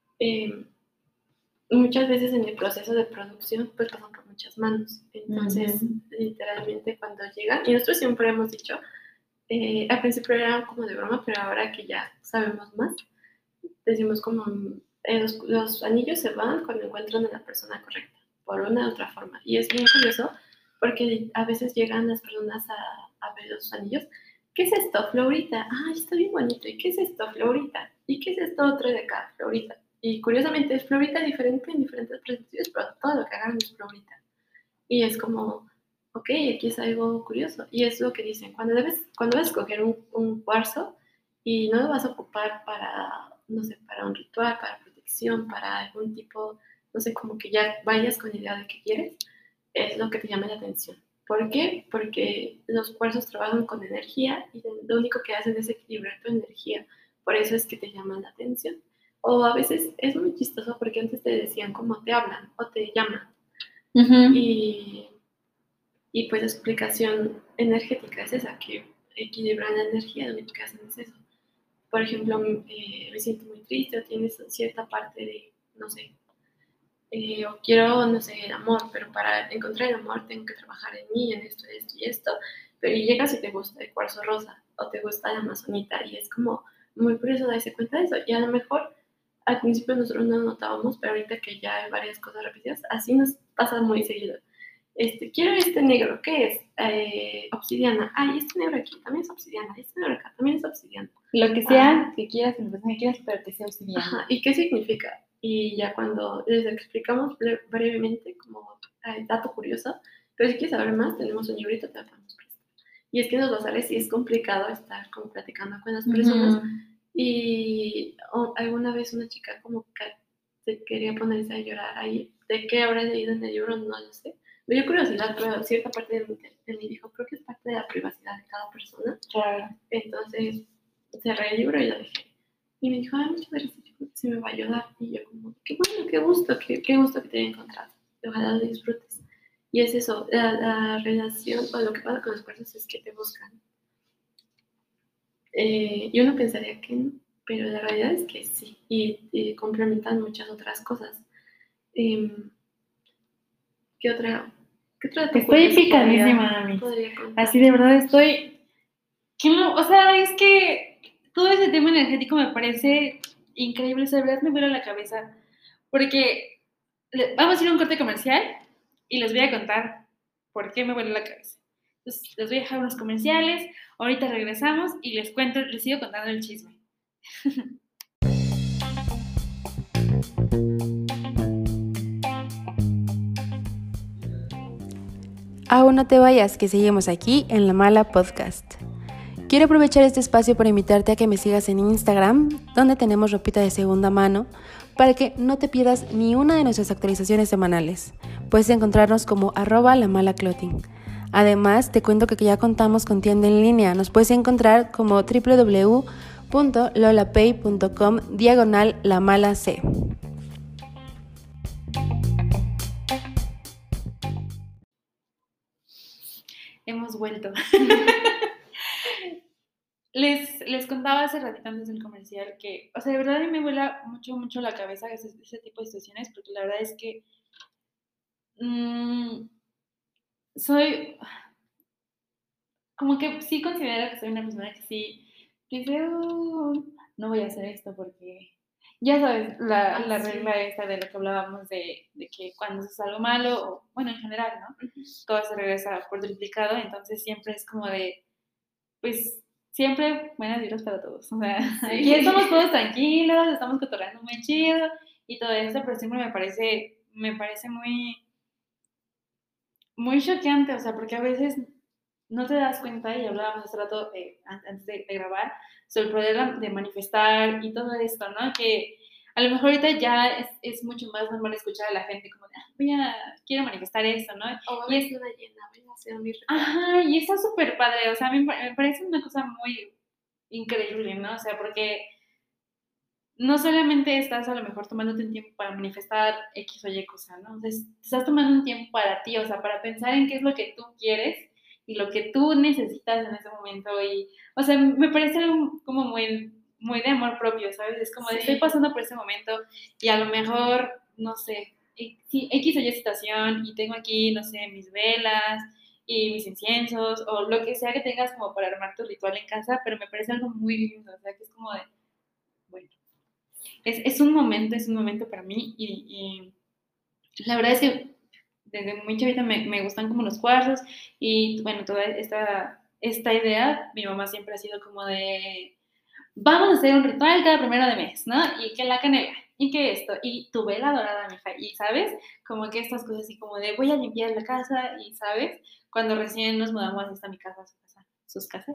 muchas veces en el proceso de producción pues pasan por muchas manos. Entonces, literalmente cuando llegan, y nosotros siempre hemos dicho, al principio era como de broma, pero ahora que ya sabemos más, decimos como los anillos se van cuando encuentran a la persona correcta, por una u otra forma. Y es bien curioso porque a veces llegan las personas a ver los anillos ¿qué es esto? Fluorita. Ah, está bien bonito. ¿Y qué es esto? Fluorita. ¿Y qué es esto otro de acá? Fluorita. Y curiosamente es fluorita diferente en diferentes presentaciones, pero todo lo que hagan es fluorita. Y es como, ok, aquí es algo curioso. Y es lo que dicen, cuando vas a escoger un cuarzo y no lo vas a ocupar para, no sé, para un ritual, para protección, para algún tipo, no sé, como que ya vayas con idea de qué quieres, es lo que te llama la atención. ¿Por qué? Porque los cuarzos trabajan con energía y lo único que hacen es equilibrar tu energía. Por eso es que te llaman la atención. O a veces es muy chistoso porque antes te decían cómo te hablan o te llaman. Y pues la explicación energética es esa, que equilibran la energía, lo único que hacen es eso. Por ejemplo, me siento muy triste o tienes cierta parte de, no sé, o quiero, no sé, el amor, pero para encontrar el amor tengo que trabajar en mí, en esto, esto y esto. Pero llegas y te gusta el cuarzo rosa o te gusta la amazonita y es como muy curioso darse cuenta de eso. Y a lo mejor al principio nosotros no lo notábamos, pero ahorita que ya hay varias cosas repetidas, así nos pasa muy seguido. Quiero este negro, ¿qué es? Obsidiana. Ay, este negro aquí también es obsidiana. Este negro acá también es obsidiana. Lo que sea que quieras, en persona que quieras, pero que sea obsidiana. Ajá, ¿y qué significa? Y ya cuando les explicamos brevemente, como dato curioso, pero si quieres saber más, tenemos un librito que te podemos prestar. Y es que en los bazares sí es complicado estar como platicando con las personas. Y alguna vez una chica como que se quería ponerse a llorar ahí. ¿De qué habrá leído en el libro? No lo sé. Me dio curiosidad, pero cierta parte de mí dijo, creo que es parte de la privacidad de cada persona. Claro. Entonces cerré el libro y lo dejé. Y me dijo, ay, muchas gracias, se me va a ayudar. Y yo como, qué bueno, qué gusto que te haya encontrado. Ojalá lo disfrutes. Y es eso, la relación o lo que pasa con los cuarzos es que te buscan. Y uno pensaría que no, pero la realidad es que sí. Y complementan muchas otras cosas. ¿Qué otra? Estoy picadísima, Ami. Así de verdad estoy. O sea, es que todo ese tema energético me parece increíble. O sea, de verdad me vuela la cabeza. Porque vamos a ir a un corte comercial y les voy a contar por qué me vuela la cabeza. Entonces, les voy a dejar unos comerciales. Ahorita regresamos y les sigo contando el chisme. Aún no te vayas, que seguimos aquí en La Mala Podcast. Quiero aprovechar este espacio para invitarte a que me sigas en Instagram, donde tenemos ropita de segunda mano, para que no te pierdas ni una de nuestras actualizaciones semanales. Puedes encontrarnos como @lamalaclothing. Además, te cuento que ya contamos con tienda en línea. Nos puedes encontrar como www.lolapay.com/lamalac. Hemos vuelto. Les contaba hace ratito antes del comercial que, o sea, de verdad a mí me vuela mucho la cabeza ese tipo de situaciones, porque la verdad es que soy, como que sí considero que soy una persona que sí dice, no voy a hacer esto porque, ya sabes, la regla esta de lo que hablábamos de que cuando haces algo malo, o bueno, en general, ¿no? Todo se regresa por duplicado, entonces siempre es como de, pues, siempre buenas vibras para todos. O sea, aquí estamos todos tranquilos, estamos cotorreando muy chido y todo eso, pero siempre me parece muy choqueante, o sea, porque a veces no te das cuenta, y hablábamos hace rato antes de grabar, sobre el poder de manifestar y todo esto, ¿no? Que a lo mejor ahorita ya es mucho más normal escuchar a la gente como de, quiero manifestar esto, ¿no? O y es una llena, voy a hacer mi ritual. Ajá, y está súper padre, o sea, a mí me parece una cosa muy increíble, ¿no? O sea, porque no solamente estás a lo mejor tomándote un tiempo para manifestar X o Y cosa, ¿no? Entonces, estás tomando un tiempo para ti, o sea, para pensar en qué es lo que tú quieres y lo que tú necesitas en ese momento. Y, o sea, me parece algo como muy de amor propio, ¿sabes? Es como de estoy pasando por ese momento y a lo mejor, no sé, sí, X o Y situación y tengo aquí, no sé, mis velas y mis inciensos o lo que sea que tengas como para armar tu ritual en casa, pero me parece algo muy lindo, o sea, que es como de, bueno, es un momento para mí y la verdad es que desde muy chavita me gustan como los cuarzos y bueno, toda esta esta idea, mi mamá siempre ha sido como de, vamos a hacer un ritual cada 1 de mes, ¿no? Y que la canela, y que esto, y tu vela dorada, mija, y ¿sabes? Como que estas cosas así como de, voy a limpiar la casa, y ¿sabes? Cuando recién nos mudamos, esta mi casa, sus casas,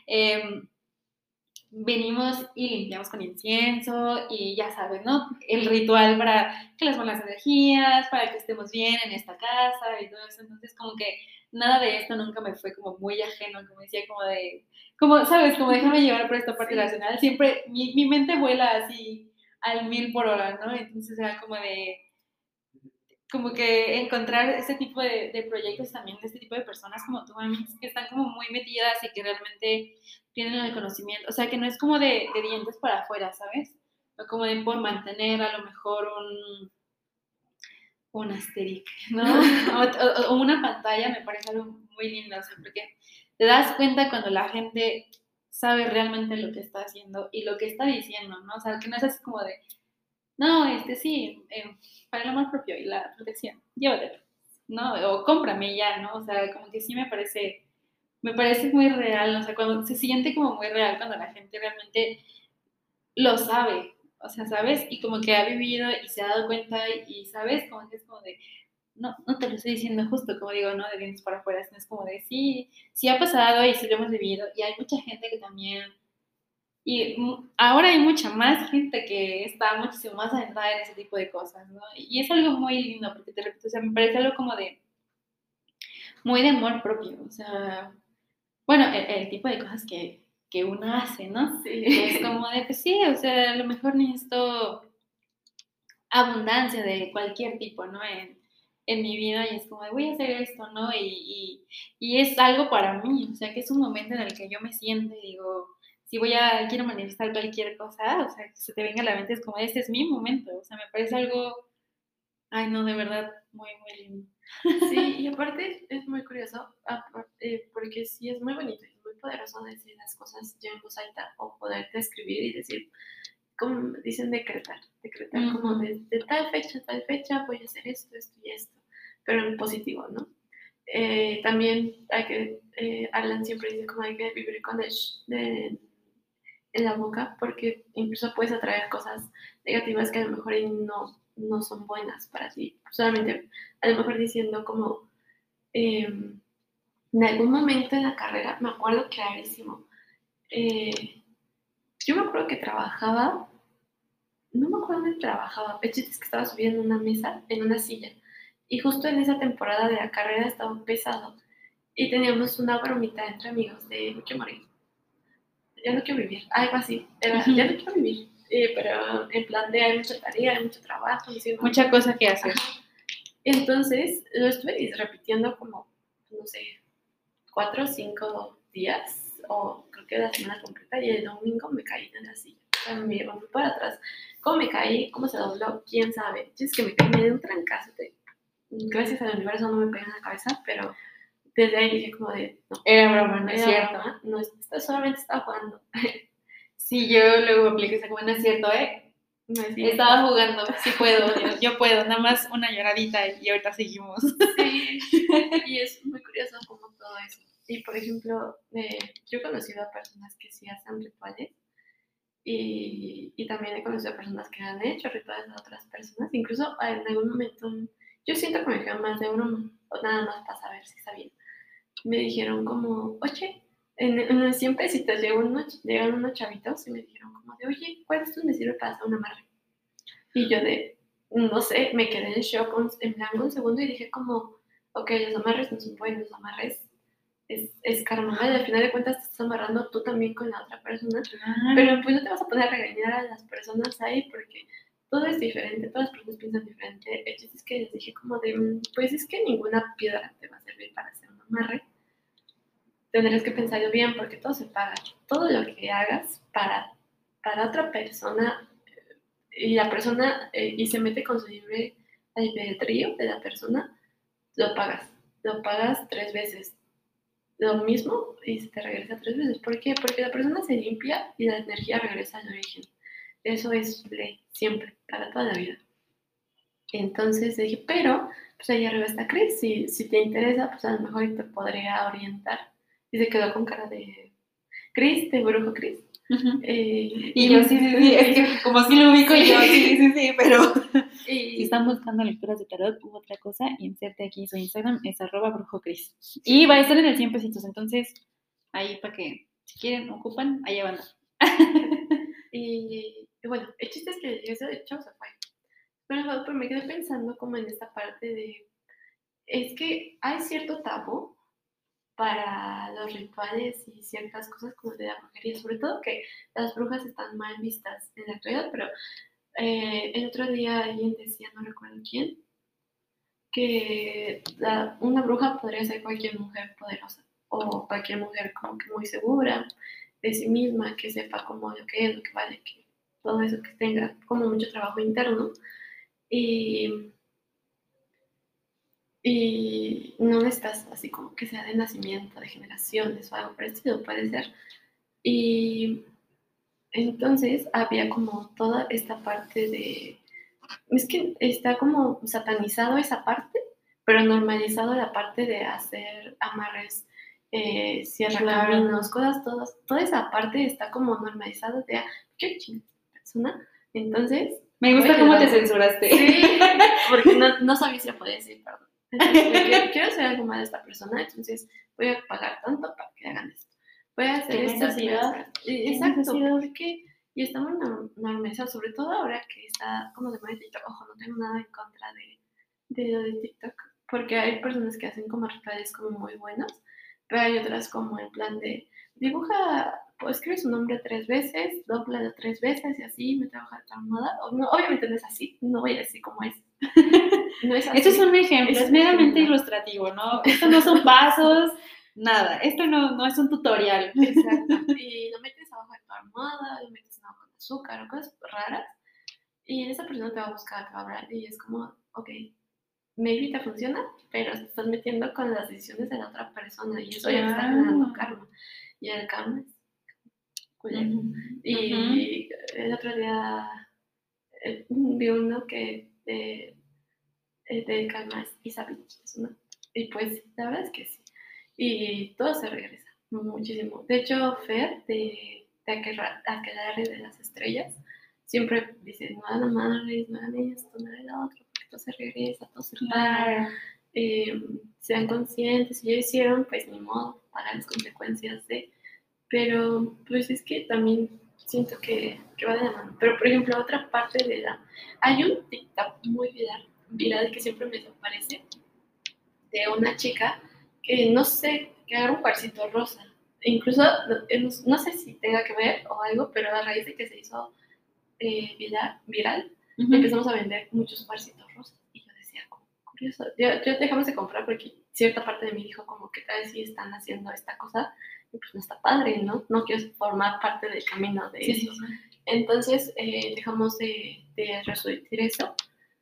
venimos y limpiamos con incienso y ya sabes, ¿no? El ritual para que las buenas energías, para que estemos bien en esta casa y todo eso. Entonces, como que nada de esto nunca me fue como muy ajeno, como decía, como de, como, ¿sabes? Como déjame llevar por esta parte racional. Siempre mi mente vuela así al 1000 por hora, ¿no? Entonces era como que encontrar este tipo de proyectos también, de este tipo de personas como tú, mami, que están como muy metidas y que realmente tienen el conocimiento, o sea, que no es como de dientes para afuera, ¿sabes? O como de por mantener a lo mejor un asterisk, ¿no? o una pantalla, me parece algo muy lindo, o sea, porque te das cuenta cuando la gente sabe realmente lo que está haciendo y lo que está diciendo, ¿no? O sea, que no es así como de, no, sí, para el amor propio y la protección, llévatelo, ¿no? O cómprame ya, ¿no? O sea, como que sí me parece muy real, o sea, cuando se siente como muy real cuando la gente realmente lo sabe, o sea, ¿sabes? Y como que ha vivido y se ha dado cuenta y ¿sabes? Como que es como de, no, no te lo estoy diciendo justo, como digo, ¿no? De dientes para afuera, sino es como de, sí, sí ha pasado y sí lo hemos vivido y hay mucha gente que también y ahora hay mucha más gente que está muchísimo más adentrada en ese tipo de cosas, ¿no? Y es algo muy lindo, porque te repito, o sea, me parece algo como de, muy de amor propio, o sea, bueno, el tipo de cosas que uno hace, ¿no? Sí. Es como de, pues sí, o sea, a lo mejor necesito abundancia de cualquier tipo, ¿no? En mi vida y es como de, voy a hacer esto, ¿no? Y es algo para mí, o sea, que es un momento en el que yo me siento y digo, si quiero manifestar cualquier cosa, o sea, que se te venga a la mente, es como, este es mi momento, o sea, me parece algo, ay, no, de verdad, muy, muy lindo. Sí, y aparte es muy curioso, porque sí es muy bonito y muy poderoso decir las cosas ya en voz alta o poderte escribir y decir, como dicen, decretar como de tal fecha a tal fecha voy a hacer esto, esto y esto, pero en positivo, ¿no? También hay que, Alan siempre dice como hay que vivir con en la boca porque incluso puedes atraer cosas negativas que a lo mejor no son buenas para ti. Solamente a lo mejor diciendo como en algún momento en la carrera, me acuerdo clarísimo, yo me acuerdo que trabajaba, no me acuerdo dónde trabajaba, el chiste es que estaba subiendo en una mesa, en una silla, y justo en esa temporada de la carrera estaba pesado, y teníamos una bromita entre amigos de no quiero morir, ya no quiero vivir, algo así, era ya no quiero vivir, pero en plan de hay mucha tarea, hay mucho trabajo, mucha cosa que hacer. Entonces lo estuve repitiendo como, no sé, 4 o 5 días, o creo que la semana completa, y el domingo me caí en la silla. O sea, me fui para atrás. ¿Cómo me caí? ¿Cómo se dobló? ¿Quién sabe? Es que me caí, me dio un trancazo. Gracias al universo no me pegué en la cabeza, pero desde ahí dije como de, no. Era broma, no es era cierto. Broma, no, solamente estaba jugando. Sí, yo luego apliqué esa como, no es cierto, ¿eh? No es cierto. Estaba jugando, sí puedo, yo puedo, nada más una lloradita y ahorita seguimos. Sí, y es muy curioso como todo eso. Y por ejemplo, yo he conocido a personas que sí hacen rituales y también he conocido a personas que han hecho rituales a otras personas. Incluso en algún momento, yo siento que me quedan más de uno, o nada más para saber si está bien. Me dijeron como, oye, en 100 pesitos llegaron unos chavitos y me dijeron como de, oye, ¿cuál esto me sirve para hacer un amarre? Y yo de, no sé, me quedé en shock en blanco un segundo y dije como, ok, los amarres no son buenos, los amarres es karma, y al final de cuentas te estás amarrando tú también con la otra persona, pero pues no te vas a poner a regañar a las personas ahí porque todo es diferente, todas las personas piensan diferente. El chiste es que les dije como de, pues es que ninguna piedra te va a servir para hacer un amarre, tendrás que pensarlo bien porque todo se paga, todo lo que hagas para otra persona y la persona y se mete con su libre albedrío de la persona, lo pagas 3 veces lo mismo y se te regresa 3 veces. ¿Por qué? Porque la persona se limpia y la energía regresa al origen. Eso es ley, siempre, para toda la vida. Entonces dije, pero, pues ahí arriba está Chris, si te interesa, pues a lo mejor te podría orientar. y se quedó con cara de Chris, de brujo Chris. Y yo sí, es que como si lo ubico y yo sí, pero si están buscando lecturas de tarot u otra cosa, inserte aquí su Instagram, es @brujocris. Y va a estar en el 100 pesitos, entonces ahí para que si quieren, ocupan, ahí van a andar. Y bueno, el chiste es que eso de hecho se fue. Pero me quedé pensando como en esta parte de, es que hay cierto tabú para los rituales y ciertas cosas como de la brujería, sobre todo que las brujas están mal vistas en la actualidad, pero el otro día alguien decía, no recuerdo quién, que una bruja podría ser cualquier mujer poderosa o cualquier mujer como que muy segura de sí misma, que sepa como lo que es, lo que vale, que todo eso, que tenga como mucho trabajo interno y no necesitas así como que sea de nacimiento, de generaciones o algo parecido, puede ser. Y entonces había como toda esta parte de, es que está como satanizado esa parte, pero normalizado la parte de hacer amarres, cierra caminos, cosas, toda esa parte está como normalizada de, qué chingada persona. Entonces, me gusta cómo te censuraste. Sí, porque no sabía si lo podía decir, perdón. Entonces, quiero hacer algo mal a esta persona, entonces voy a pagar tanto para que hagan esto. Voy a hacer esto. Exacto, porque y está muy normalizado, sobre todo ahora que está como de moda TikTok. Ojo, no tengo nada en contra de lo de TikTok, porque hay personas que hacen como rituales como muy buenos, pero hay otras como en plan de dibuja, pues escribe su nombre 3 veces, dóblalo 3 veces y así me trabaja de tal moda. No, obviamente no es así, no voy a decir cómo es. No es así. Esto es un ejemplo, es meramente ilustrativo, ¿no? Esto no son pasos, nada. Esto no es un tutorial. Exacto. Y lo metes abajo de tu almohada, lo metes abajo con azúcar o cosas raras. Y esa persona te va a buscar, te va a hablar y es como, ok, maybe te funciona, pero te estás metiendo con las decisiones de la otra persona y eso ya te está generando karma. Y el karma es culero. Y el otro día vi uno que de karma es Isabel, ¿no? Y pues la verdad es que sí. Y todo se regresa muchísimo. De hecho, Fer, de Aquelarre de las Estrellas, siempre dice, no hagan amarres, no hagan esto, no hagan lo otro, porque todo se regresa, todo se repara. Sean conscientes, si ya hicieron, pues ni modo, pagan las consecuencias de... Pero pues es que también siento que va de la mano. Pero por ejemplo, otra parte de la... Hay un TikTok muy viral que siempre me aparece de una chica que no sé, que agarra un cuarcito rosa. E incluso, no sé si tenga que ver o algo, pero a raíz de que se hizo viral, empezamos a vender muchos cuarcitos rosas. Y yo decía, como curioso. Yo dejamos de comprar porque cierta parte de mí dijo, como que tal vez sí están haciendo esta cosa, y pues no está padre, ¿no? No quiero formar parte del camino de eso. Sí. Entonces, dejamos de resurgir eso.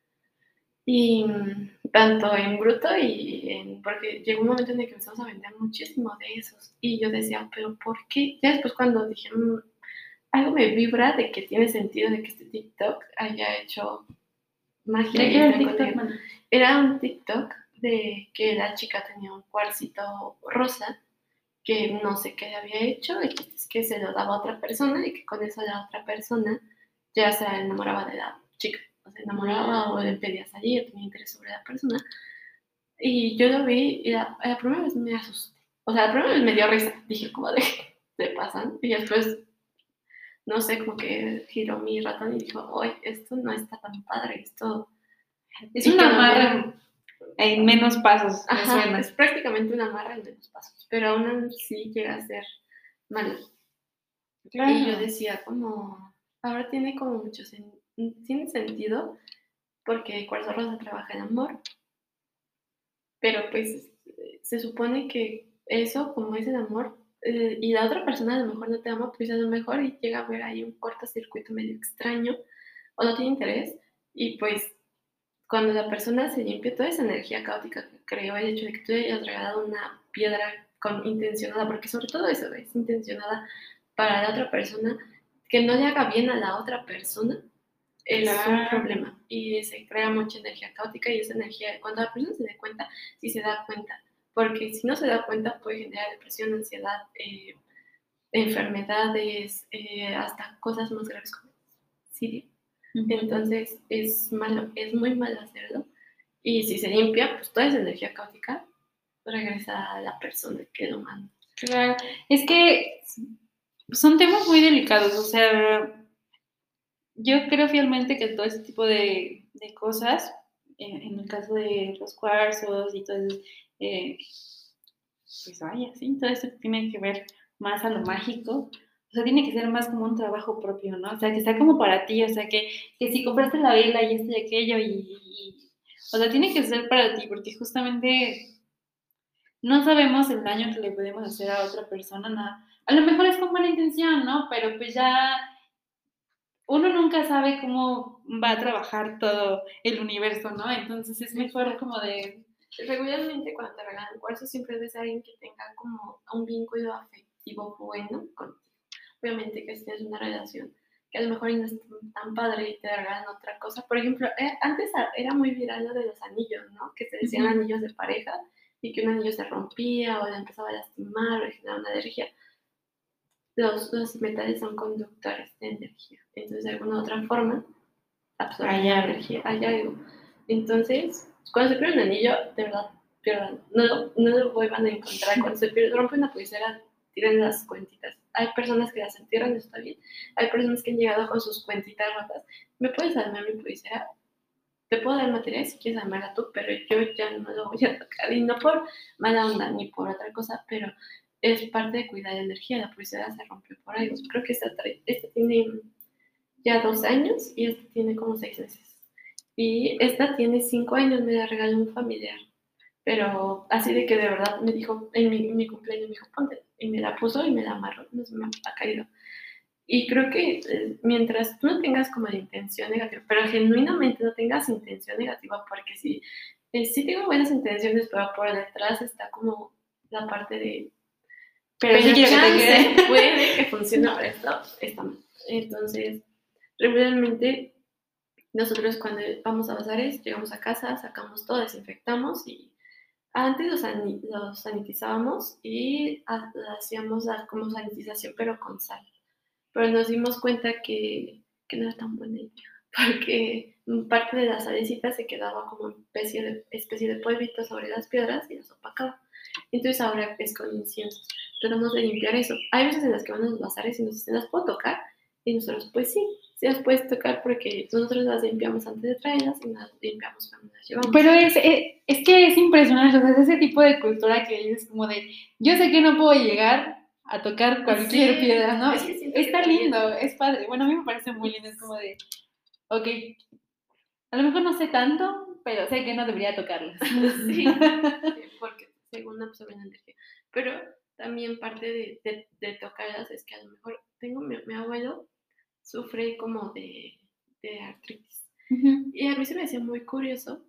Y tanto en bruto porque llegó un momento en el que empezamos a vender muchísimo de esos y yo decía, pero ¿por qué? Ya después cuando dije, algo me vibra de que tiene sentido de que este TikTok haya hecho magia. ¿De qué era el TikTok? Era un TikTok de que la chica tenía un cuarcito rosa que no sé qué había hecho, y que se lo daba a otra persona y que con eso la otra persona ya se enamoraba de la chica. O se enamoraba o le pedía salir, o tenía interés sobre la persona. Y yo lo vi y la primera vez me asusté. O sea, la primera vez me dio risa. Dije, como de, ¿te pasan? Y después, no sé, como que giró mi ratón y dijo, oye, esto no está tan padre, esto... Es un amarre en menos pasos, me suena. Es prácticamente un amarre en menos pasos, pero aún así llega a ser malo. Claro. Y yo decía, como, ahora tiene como mucho tiene sentido, porque Cuarzo Rosa trabaja en amor, pero pues se supone que eso, como es el amor, y la otra persona a lo mejor no te ama, pues a lo mejor y llega a ver ahí un cortocircuito medio extraño, o no tiene interés, y pues cuando la persona se limpia toda esa energía caótica que creó el hecho de que tú le hayas regalado una piedra intencionada, porque sobre todo eso es intencionada para la otra persona, que no le haga bien a la otra persona, es un problema y se crea mucha energía caótica y esa energía, cuando la persona se da cuenta, si se da cuenta porque si no se da cuenta puede generar depresión, ansiedad, enfermedades, hasta cosas más graves como suicidio. Entonces es malo, es muy malo hacerlo. Y si se limpia, pues toda esa energía caótica regresa a la persona que lo manda. Claro, es que son temas muy delicados, o sea, yo creo fielmente que todo ese tipo de cosas, en el caso de los cuarzos y todo eso, pues vaya, sí, todo eso tiene que ver más a lo mágico. O sea, tiene que ser más como un trabajo propio, ¿no? O sea, que sea como para ti, o sea, que si compraste la vela y esto y aquello o sea, tiene que ser para ti, porque justamente no sabemos el daño que le podemos hacer a otra persona, nada. A lo mejor es con buena intención, ¿no? Pero pues ya uno nunca sabe cómo va a trabajar todo el universo, ¿no? Entonces es mejor como de... Regularmente cuando te regalan cuarzo siempre ves a alguien que tenga como un vínculo afectivo bueno contigo. Obviamente que si tienes una relación que a lo mejor no es tan padre y te regalan otra cosa. Por ejemplo, antes era muy viral lo de los anillos, ¿no? Que se decían anillos de pareja y que un anillo se rompía o le empezaba a lastimar o le generaba una alergia. Los metales son conductores de energía. Entonces, de alguna otra forma, absorben energía. Hay algo. Entonces, cuando se pierde un anillo, de verdad, pierdan. No lo vuelvan a encontrar. Cuando se rompe una pulsera, tiren las cuentitas. Hay personas que las entierran, está bien. Hay personas que han llegado con sus cuentitas rotas. ¿Me puedes armar mi pulsera? Te puedo dar material si quieres armarla tú, pero yo ya no lo voy a tocar. Y no por mala onda ni por otra cosa, pero es parte de cuidar la energía. La pulsera se rompió por algo. Creo que esta tiene ya 2 años y esta tiene como 6 meses. Y esta tiene 5 años, me la regaló un familiar. Pero así de que de verdad me dijo, en mi cumpleaños me dijo, ponte. Y me la puso y me la amarró, no se me ha caído. Y creo que mientras tú no tengas como la intención negativa, pero genuinamente no tengas intención negativa, porque sí tengo buenas intenciones, pero por detrás está como la parte de... Pero sí quiero que te quede. Puede que funcione para esto, está mal. Entonces, regularmente nosotros cuando vamos a bazares, llegamos a casa, sacamos todo, desinfectamos y antes los sanitizábamos y hacíamos como sanitización pero con sal. Pero nos dimos cuenta que no era tan buena idea, porque parte de la salecita se quedaba como especie de polvito sobre las piedras y las opacaba. Entonces ahora es con inciensos. Tratamos de limpiar eso. Hay veces en las que van a los bazares y nos dicen, ¿las puedo tocar? Y nosotros, pues sí las puedes tocar porque nosotros las limpiamos antes de traerlas y las limpiamos cuando las llevamos. Pero es que es impresionante, o sea, es ese tipo de cultura que dices como de, yo sé que no puedo llegar a tocar cualquier piedra, ¿no? Está lindo, es padre. Bueno, a mí me parece muy lindo, es como de, ok, a lo mejor no sé tanto, pero sé que no debería tocarlas. Sí, porque según absorben energía. Pero también parte de tocarlas es que a lo mejor tengo mi abuelo sufre como de artritis. Y a mí se me hacía muy curioso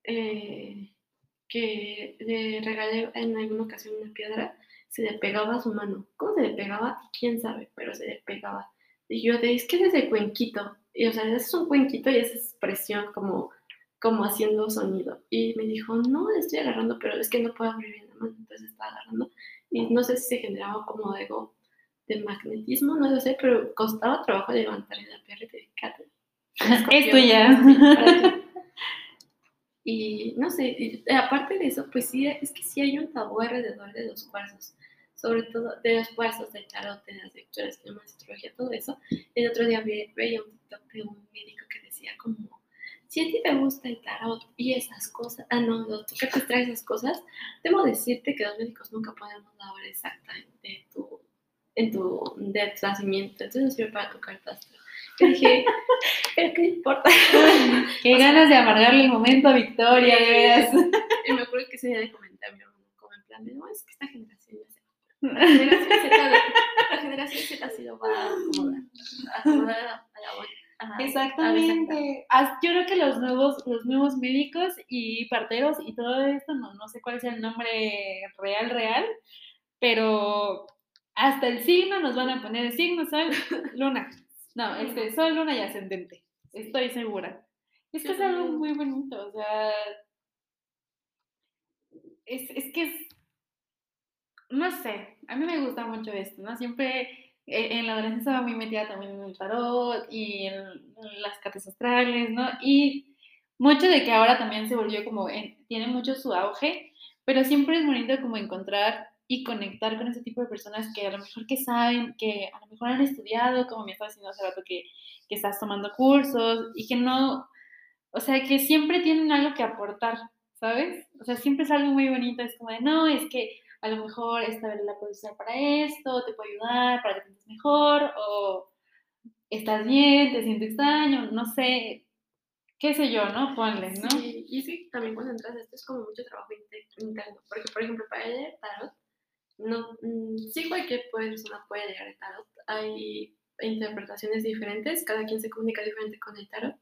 que le regalé en alguna ocasión una piedra, se le pegaba a su mano. ¿Cómo se le pegaba? ¿Quién sabe? Pero se le pegaba. Y yo, es que es de cuenquito. Y, o sea, es un cuenquito y esa expresión como haciendo sonido. Y me dijo, no, le estoy agarrando, pero es que no puedo abrir bien la mano. Entonces estaba agarrando. Y no sé si se generaba como algo de magnetismo, no lo sé, pero costaba trabajo levantar la pierna y dedicarte. Es tuya. Y no sé, y aparte de eso, pues sí, es que sí hay un tabú alrededor de los cuarzos, sobre todo de los cuarzos, de tarot, de las lecturas, de la astrología, todo eso. El otro día veía un TikTok de un médico que decía como, si a ti te gusta el tarot y esas cosas, tú que te traes esas cosas, debo decirte que los médicos nunca podemos la hora exacta de tu nacimiento, entonces no sirve para tu carta astral. Yo dije, ¿pero qué importa? Qué ganas de amargarle el momento a Victoria, de veras. Y me acuerdo que ese día le comenté a mi hermano, como en plan de, no, es que esta generación ya se va. La generación Z sí lo va a acomodar a la bolsa. Exactamente. Yo creo que los nuevos médicos y parteros y todo esto, no sé cuál sea el nombre real, pero hasta el signo nos van a poner el signo sol, luna. No, sol, luna y ascendente. Estoy segura. Es algo muy bonito, o sea, es que no sé, a mí me gusta mucho esto, ¿no? Siempre en la adolescencia estaba muy metida también en el tarot y en las cartas astrales, ¿no? Y mucho de que ahora también se volvió como, tiene mucho su auge, pero siempre es bonito como encontrar y conectar con ese tipo de personas que a lo mejor que saben, que a lo mejor han estudiado, como me estaba diciendo hace rato que estás tomando cursos y que no, o sea, que siempre tienen algo que aportar, ¿sabes? O sea, siempre es algo muy bonito, es como de, no, es que a lo mejor esta vez la puedes usar para esto, te puede ayudar para que te sientas mejor, o estás bien, te sientes extraño, no sé, qué sé yo, ¿no? Ponle, ¿no? Sí, y sí, también cuando entras a esto es como mucho trabajo interno, porque por ejemplo para leer tarot, no, sí cualquier persona puede leer el tarot, hay interpretaciones diferentes, cada quien se comunica diferente con el tarot,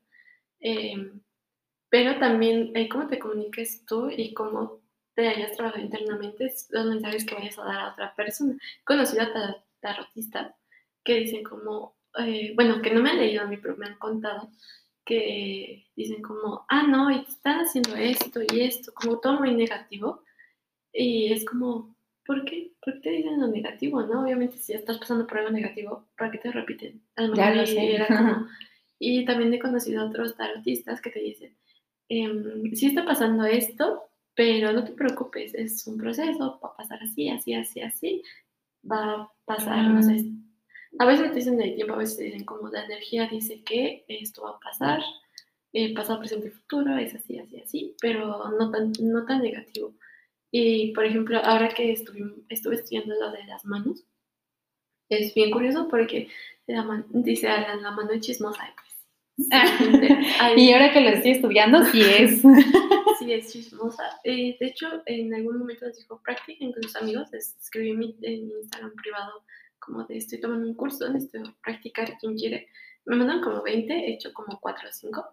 pero también cómo te comuniques tú y cómo te hayas trabajado internamente, los mensajes que vayas a dar a otra persona. He conocido a tarotistas que dicen como, bueno, que no me han leído a mí, pero me han contado, que dicen como, no, y te están haciendo esto y esto, como todo muy negativo, y es como, ¿por qué? ¿Por qué te dicen lo negativo, no? Obviamente si estás pasando por algo negativo, ¿para qué te repiten? A lo Ya mejor lo sé. era como, y también he conocido a otros tarotistas que te dicen, sí está pasando esto, pero no te preocupes, es un proceso, va a pasar así, así, así, así, va a pasar, no sé, a veces te dicen el tiempo, a veces te dicen como la energía dice que esto va a pasar, pasado, presente y futuro, es así, así, así, pero no tan negativo. Y, por ejemplo, ahora que estuve estudiando lo de las manos, es bien curioso porque dice Alan, la mano es chismosa, y pues, Y ahora que lo estoy estudiando, sí es. Sí, es chismosa. De hecho, en algún momento nos dijo, practiquen con sus amigos, escribí en mi Instagram privado como de estoy tomando un curso, necesito practicar, quien quiere. Me mandan como 20, he hecho como 4 o 5.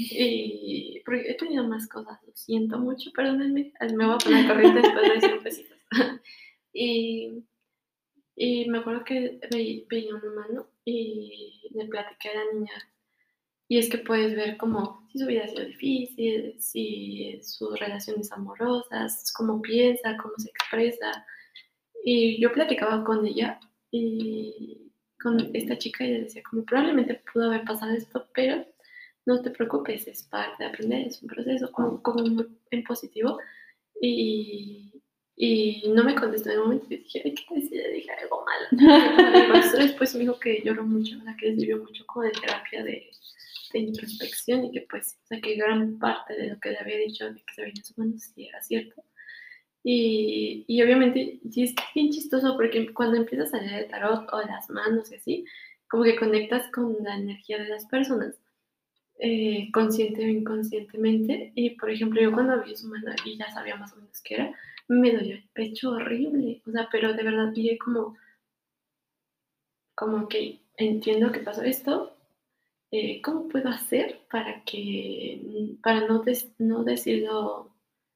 Y porque he tenido más cosas, lo siento mucho, perdónenme, me voy a poner corriente después de 100 pesitos. y, y me acuerdo que veía una mano y le platiqué a la niña. Y es que puedes ver como si su vida ha sido difícil, si sus relaciones amorosas, cómo piensa, cómo se expresa. Y yo platicaba con ella y con esta chica y le decía como probablemente pudo haber pasado esto, pero no te preocupes, es parte de aprender, es un proceso como muy en positivo. Y, y no me contestó en el momento y dije, ay, ¿qué tal si le dije algo malo? Y contestó después me dijo que lloró mucho, o sea, que le sirvió mucho como de terapia de introspección y que pues, o sea, que gran parte de lo que le había dicho de que se veía en su mano sí era cierto. Y obviamente, sí es que es bien chistoso porque cuando empiezas a leer el tarot o las manos y así, como que conectas con la energía de las personas, consciente o inconscientemente. Y por ejemplo, yo cuando vi su mano y ya sabía más o menos qué era, me dolió el pecho horrible, o sea, pero de verdad dije como que entiendo que pasó esto, ¿cómo puedo hacer para no decirlo,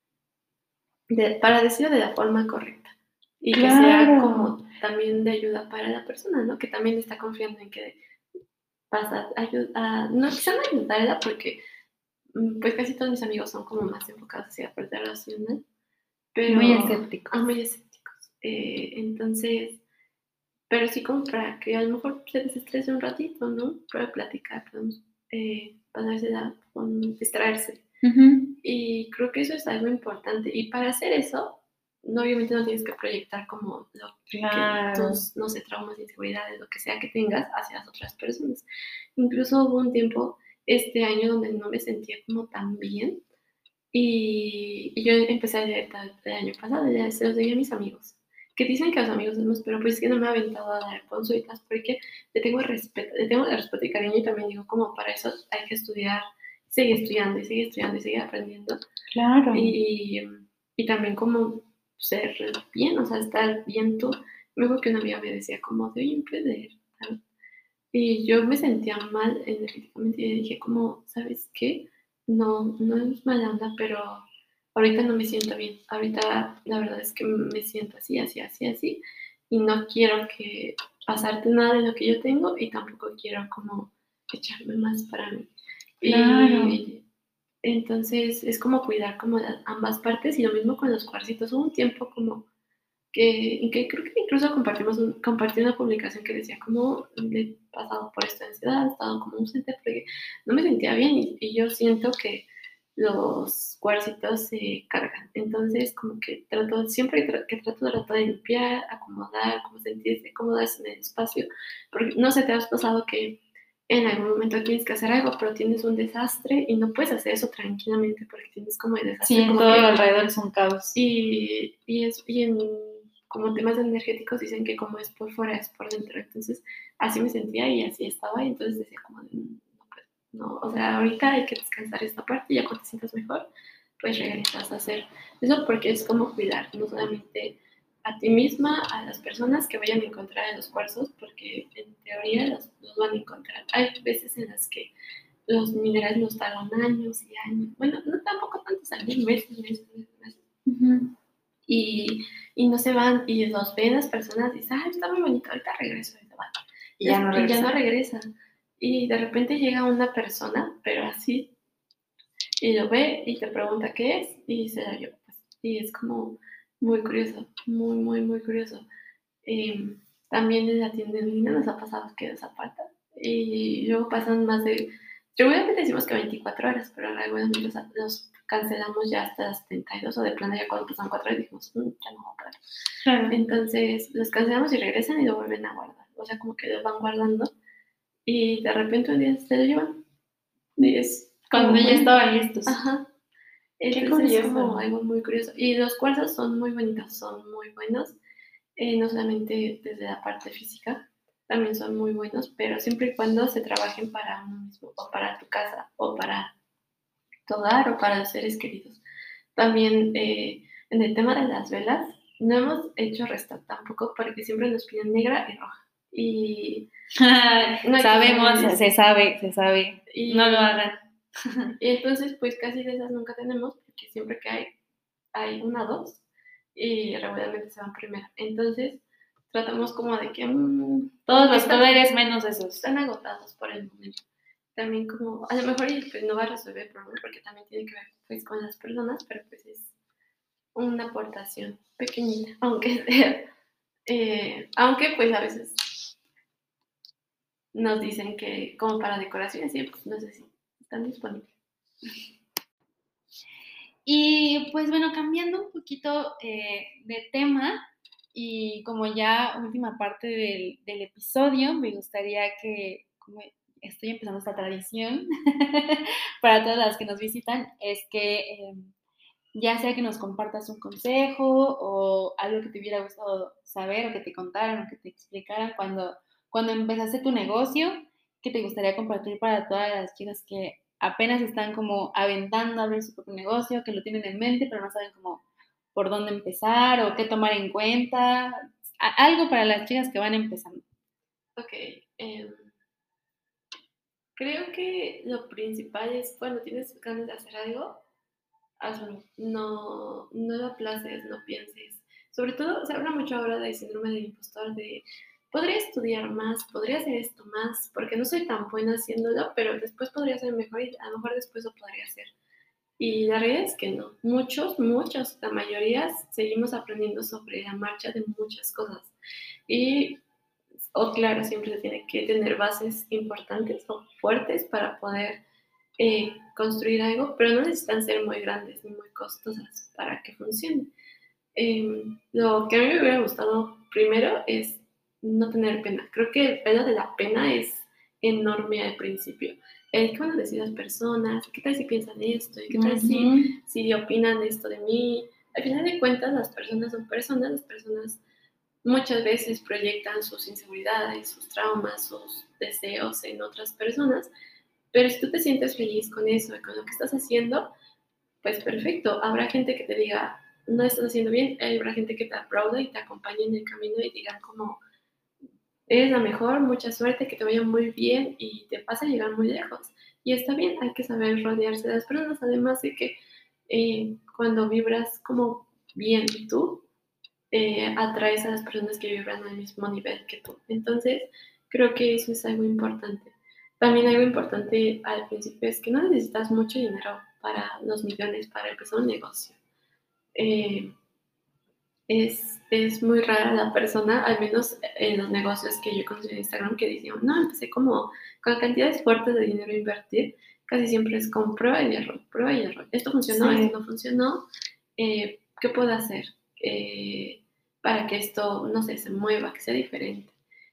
para decirlo de la forma correcta? Y que sea como también de ayuda para la persona, ¿no? Que también está confiando en que vas a ayudar, no, quizá no ayudarla porque pues casi todos mis amigos son como más enfocados hacia la parte relacional, pero Muy escépticos. Muy escépticos. Entonces, pero sí como para que a lo mejor se desestrese un ratito, ¿no? Para platicar, podemos pasársela con distraerse. Y creo que eso es algo importante. Y para hacer eso, no, obviamente no tienes que proyectar como que tus, no sé, traumas, inseguridades, lo que sea que tengas hacia las otras personas. Incluso hubo un tiempo este año donde no me sentía como tan bien. Y yo empecé a leer el año pasado, ya se los leí a mis amigos, que dicen que a los amigos somos, pero pues es que no me he aventado a dar consultas porque le tengo respeto y cariño y también digo como para eso hay que estudiar, seguir estudiando y seguir estudiando y seguir aprendiendo. Claro. Y también como ser bien, o sea, estar bien tú. Me acuerdo que una amiga me decía como, de oye, emprender, ¿sabes? Y yo me sentía mal energéticamente y dije como, ¿sabes qué? No es mala onda, pero ahorita no me siento bien. Ahorita la verdad es que me siento así, así, así, así. Y no quiero que pasarte nada de lo que yo tengo y tampoco quiero como echarme más para mí. Claro. Y entonces es como cuidar como ambas partes y lo mismo con los cuarcitos. Hubo un tiempo como que creo que incluso compartí una publicación que decía como he pasado por esta ansiedad, he estado como ausente porque no me sentía bien y yo siento que los cuarcitos se cargan. Entonces, como que siempre que trato de limpiar, acomodar, como sentirse cómodas en el espacio, porque no sé, te has pasado que en algún momento tienes que hacer algo, pero tienes un desastre y no puedes hacer eso tranquilamente porque tienes como el desastre. Sí, como todo que, alrededor es un caos. y en como temas energéticos dicen que como es por fuera es por dentro. Entonces, así me sentía y así estaba. Y entonces decía como, no, o sea, ahorita hay que descansar esta parte y ya cuando te sientas mejor, pues regresas a hacer eso porque es como cuidar, no solamente a ti misma, a las personas que vayan a encontrar en los cuarzos, porque en teoría los van a encontrar. Hay veces en las que los minerales nos tardan años y años, bueno, no tampoco tantos años, meses. Uh-huh. Y no se van, y los ven las personas y dicen, está muy bonito, ahorita regreso, y se van. Y ya no regresa. Y de repente llega una persona, pero así, y lo ve y te pregunta qué es, y se da yo. Pues, y es como muy curioso, muy, muy, muy curioso. También en la tienda en línea nos ha pasado que desapartan. Y luego pasan más de, regularmente decimos que 24 horas, pero regularmente los cancelamos ya hasta las 72 o de plano ya cuando pasan 4 horas dijimos, ya no va a parar. Claro. Entonces los cancelamos y regresan y lo vuelven a guardar. O sea, como que lo van guardando y de repente un día se lo llevan. Y es cuando ya estaban listos. Ajá. Qué curioso. Es como algo muy curioso. Y los cuarzos son muy bonitos, son muy buenos. No solamente desde la parte física, también son muy buenos, pero siempre y cuando se trabajen para uno mismo, o para tu casa, o para tu hogar, o para los seres queridos. También en el tema de las velas, no hemos hecho resto tampoco, porque siempre nos piden negra y roja. Y no sabemos, se sabe. Y, no lo hagan. Y entonces, pues casi de esas nunca tenemos, porque siempre que hay una o dos, y regularmente se van primero. Entonces, tratamos como de que todos los colores menos esos están agotados por el momento. También como, a lo mejor pues, no va a resolver el problema porque también tiene que ver pues, con las personas, pero pues es una aportación pequeñita, aunque sea, aunque pues a veces nos dicen que como para decoración, sí, pues no sé si están disponibles. Y pues bueno, cambiando un poquito de tema y como ya última parte del episodio, me gustaría que, como estoy empezando esta tradición para todas las que nos visitan, es que ya sea que nos compartas un consejo o algo que te hubiera gustado saber o que te contaran o que te explicaran cuando empezaste tu negocio, que te gustaría compartir para todas las chicas que apenas están como aventando a abrir su propio negocio, que lo tienen en mente, pero no saben cómo por dónde empezar o qué tomar en cuenta. Algo para las chicas que van empezando. Ok. Creo que lo principal es cuando tienes ganas de hacer algo, hazlo. No lo aplaces, no pienses. Sobre todo, se habla mucho ahora del síndrome del impostor, de podría estudiar más, podría hacer esto más, porque no soy tan buena haciéndolo, pero después podría ser mejor y a lo mejor después lo podría hacer. Y la realidad es que no. Muchos, la mayoría, seguimos aprendiendo sobre la marcha de muchas cosas. Claro, siempre se tiene que tener bases importantes o fuertes para poder construir algo, pero no necesitan ser muy grandes ni muy costosas para que funcione. Lo que a mí me hubiera gustado primero es no tener pena. Creo que el peso de la pena es enorme al principio. ¿Qué van a decir las personas? ¿Qué tal si piensan esto? ¿Y qué tal si opinan esto de mí? Al final de cuentas, las personas son personas, las personas muchas veces proyectan sus inseguridades, sus traumas, sus deseos en otras personas, pero si tú te sientes feliz con eso y con lo que estás haciendo, pues perfecto. Habrá gente que te diga, no estás haciendo bien, habrá gente que te aplaude y te acompañe en el camino y digan como, eres la mejor, mucha suerte, que te vaya muy bien y te vas a llegar muy lejos. Y está bien, hay que saber rodearse de las personas, además de que cuando vibras como bien tú, atraes a las personas que vibran al mismo nivel que tú. Entonces, creo que eso es algo importante. También algo importante al principio es que no necesitas mucho dinero para los millones, para empezar un negocio. es muy rara la persona, al menos en los negocios que yo conocí en Instagram, que dicen, no, empecé como con cantidades fuertes de dinero a invertir, casi siempre es con prueba y error, prueba y error. Esto funcionó, Sí. esto no funcionó, ¿qué puedo hacer para que esto, no sé, se mueva, que sea diferente?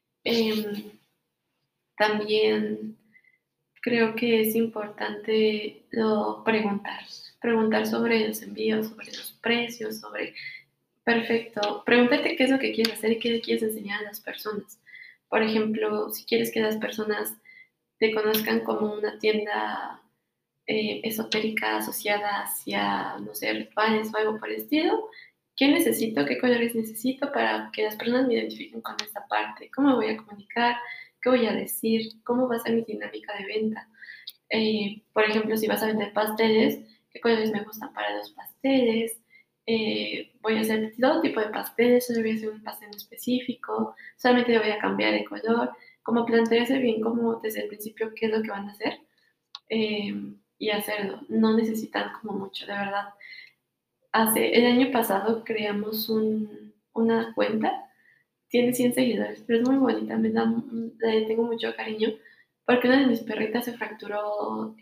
También creo que es importante preguntar sobre los envíos, sobre los precios, sobre, perfecto, pregúntate qué es lo que quieres hacer y qué le quieres enseñar a las personas. Por ejemplo, si quieres que las personas te conozcan como una tienda esotérica asociada hacia, no sé, rituales o algo por el estilo, ¿qué necesito? ¿Qué colores necesito para que las personas me identifiquen con esta parte? ¿Cómo voy a comunicar? ¿Qué voy a decir? ¿Cómo va a ser mi dinámica de venta? Por ejemplo, si vas a vender pasteles, ¿qué colores me gustan para los pasteles? Voy a hacer todo tipo de pasteles, solo voy a hacer un pastel en específico, solamente le voy a cambiar el color, como plantearse bien como desde el principio qué es lo que van a hacer y hacerlo. No necesitan como mucho, de verdad. El año pasado creamos una cuenta, tiene 100 seguidores, pero es muy bonita, le tengo mucho cariño, porque una de mis perritas se fracturó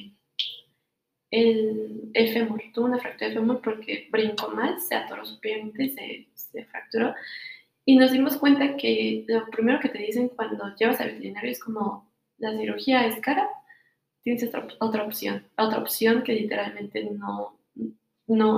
el fémur, tuvo una fractura de fémur porque brincó mal, se atoró su pierna y se fracturó. Y nos dimos cuenta que lo primero que te dicen cuando llevas al veterinario es como, la cirugía es cara, tienes otra opción que literalmente no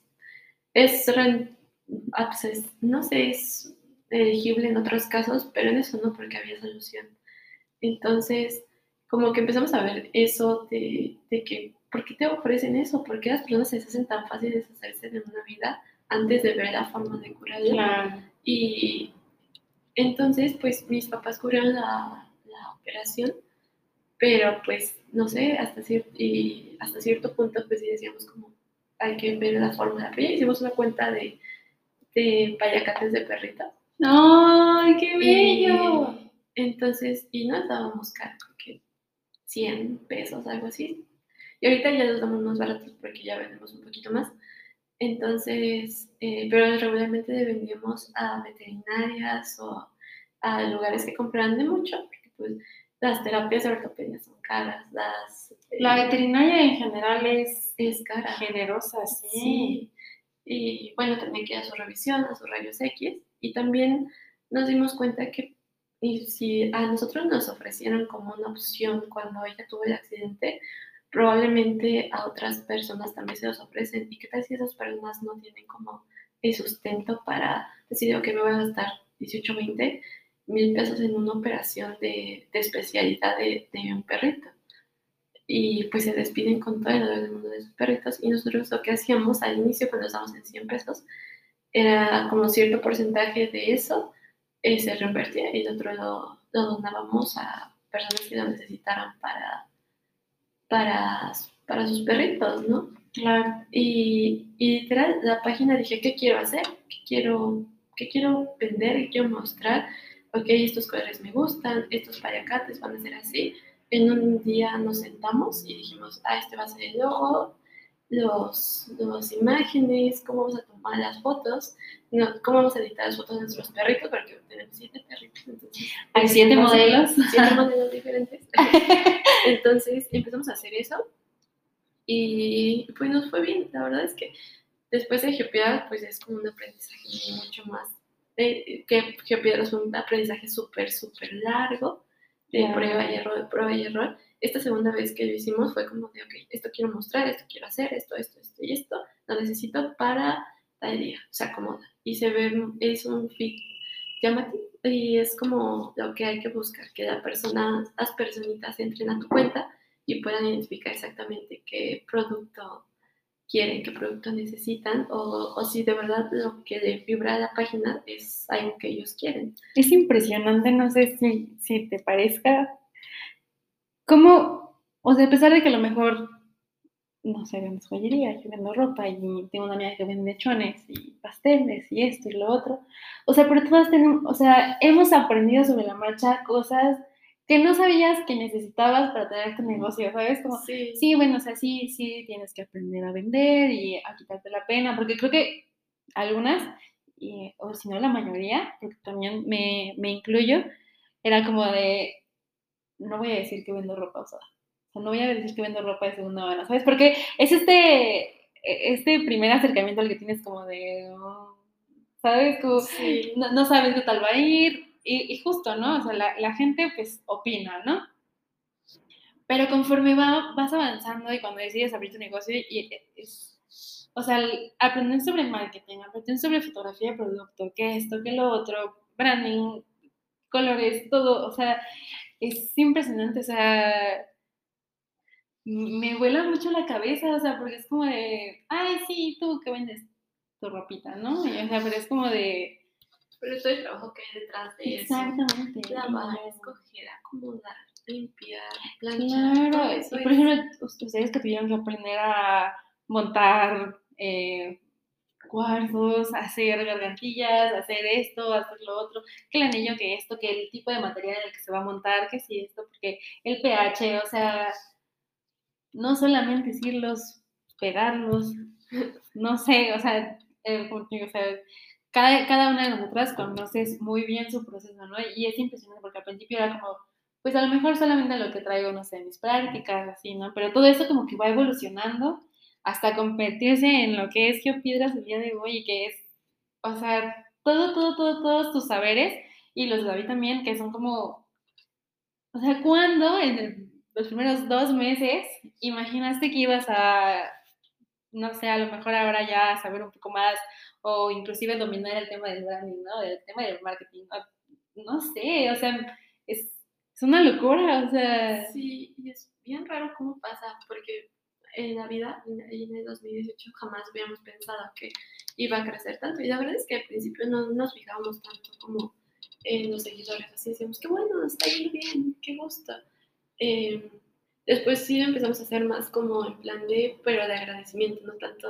no sé, es elegible en otros casos, pero en eso no, porque había solución. Entonces, como que empezamos a ver eso de que, ¿por qué te ofrecen eso? ¿Por qué las personas se hacen tan fácil deshacerse de una vida antes de ver la forma de curarla? Claro. Y entonces, pues mis papás cubrieron la operación, pero pues, no sé, hasta cierto punto, pues sí decíamos como, hay que ver la forma de apoyar. Hicimos una cuenta de payacates de perritos. ¡Ay, qué bello! Entonces, y nos dábamos caro, que 100 pesos, algo así. Y ahorita ya los damos más baratos porque ya vendemos un poquito más. Entonces, pero regularmente le vendíamos a veterinarias o a lugares que compraran de mucho, porque pues las terapias de ortopedia son caras, La veterinaria en general es cara. generosa, sí. Sí. Y bueno, también queda su revisión, a sus rayos X. Y también nos dimos cuenta que si a nosotros nos ofrecieron como una opción cuando ella tuvo el accidente, probablemente a otras personas también se los ofrecen. ¿Y qué tal si esas personas no tienen como el sustento para decir, ok, me voy a gastar 18, 20 mil pesos en una operación de especialidad de un perrito? Y pues se despiden con todo el dolor del mundo de sus perritos. Y nosotros lo que hacíamos al inicio, cuando estábamos en 100 pesos, era como cierto porcentaje de eso se reinvertía y el otro lo donábamos a personas que lo necesitaran para sus perritos, ¿no? Claro. Y literal, la página dije, ¿qué quiero hacer? ¿Qué quiero vender? ¿Qué quiero mostrar? Ok, estos colores me gustan, estos payacates van a ser así. En un día nos sentamos y dijimos, este va a ser el logo, las imágenes, cómo vamos a tomar las fotos, cómo vamos a editar las fotos de nuestros perritos, porque tenemos 7 perritos. Entonces, hay 7 modelos. 7 modelos diferentes. Entonces empezamos a hacer eso y pues nos fue bien. La verdad es que después de GeoPiedra, pues es como un aprendizaje mucho más. Que GeoPiedra es un aprendizaje súper largo, de prueba y error, de prueba y error. Esta segunda vez que lo hicimos fue como de, ok, esto quiero mostrar, esto quiero hacer, esto y esto, lo necesito para tal día, se acomoda. Y se ve, es un fit llamativo y es como lo que hay que buscar, que las personitas entren a tu cuenta y puedan identificar exactamente qué producto quieren, qué producto necesitan o si de verdad lo que le vibra a la página es algo que ellos quieren. Es impresionante, no sé si te parezca. ¿Cómo? O sea, a pesar de que a lo mejor, no sé, vendo joyería, yo vendo ropa y tengo una amiga que vende chones y pasteles y esto y lo otro. O sea, pero todas tenemos, o sea, hemos aprendido sobre la marcha cosas que no sabías que necesitabas para tener tu negocio, ¿sabes? Como, sí, bueno, o sea, sí tienes que aprender a vender y a quitarte la pena, porque creo que algunas, o si no la mayoría, porque también me incluyo, era como de, no voy a decir que vendo ropa usada. O sea, no voy a decir que vendo ropa de segunda mano, ¿sabes? Porque es este primer acercamiento al que tienes como de, ¿sabes? Como, Sí. no sabes qué tal va a ir. Y justo, ¿no? O sea, la gente pues opina, ¿no? Pero conforme vas avanzando y cuando decides abrir tu negocio, o sea, aprender sobre marketing, aprender sobre fotografía de producto, que esto, que lo otro, branding, colores, todo, o sea, es impresionante, o sea, me vuela mucho la cabeza, o sea, porque es como de, ay, sí, tú que vendes tu ropita, ¿no? Y, o sea, pero es como de... Pero todo el trabajo que hay detrás de Exactamente. eso. Lavar, escoger, acomodar, limpiar, planchar, Claro, todo eso y por ejemplo, ustedes que tuvieron que aprender a montar cuarzos, hacer gargantillas, hacer esto, hacer lo otro, que el anillo, que esto, que el tipo de material en el que se va a montar, que sí esto, porque el pH, o sea, no solamente decirlos, pegarlos, no sé, o sea, porque, o sea, cada una de nosotras conoces muy bien su proceso, ¿no? Y es impresionante porque al principio era como, pues a lo mejor solamente lo que traigo, no sé, mis prácticas, así, ¿no? Pero todo eso como que va evolucionando hasta convertirse en lo que es Geopiedras el día de hoy y que es, o sea, todos tus saberes y los de David también, que son como, o sea, ¿cuándo los primeros 2 meses imaginaste que ibas a, no sé, a lo mejor ahora ya saber un poco más o inclusive dominar el tema del branding, ¿no? El tema del marketing, no sé, o sea, es una locura, o sea... Sí, y es bien raro cómo pasa, porque en la vida, en el 2018, jamás habíamos pensado que iba a crecer tanto. Y la verdad es que al principio no nos fijábamos tanto como en los seguidores, así decíamos, qué bueno, está yendo bien, qué gusto. Después sí empezamos a hacer más como en plan de, pero de agradecimiento, no tanto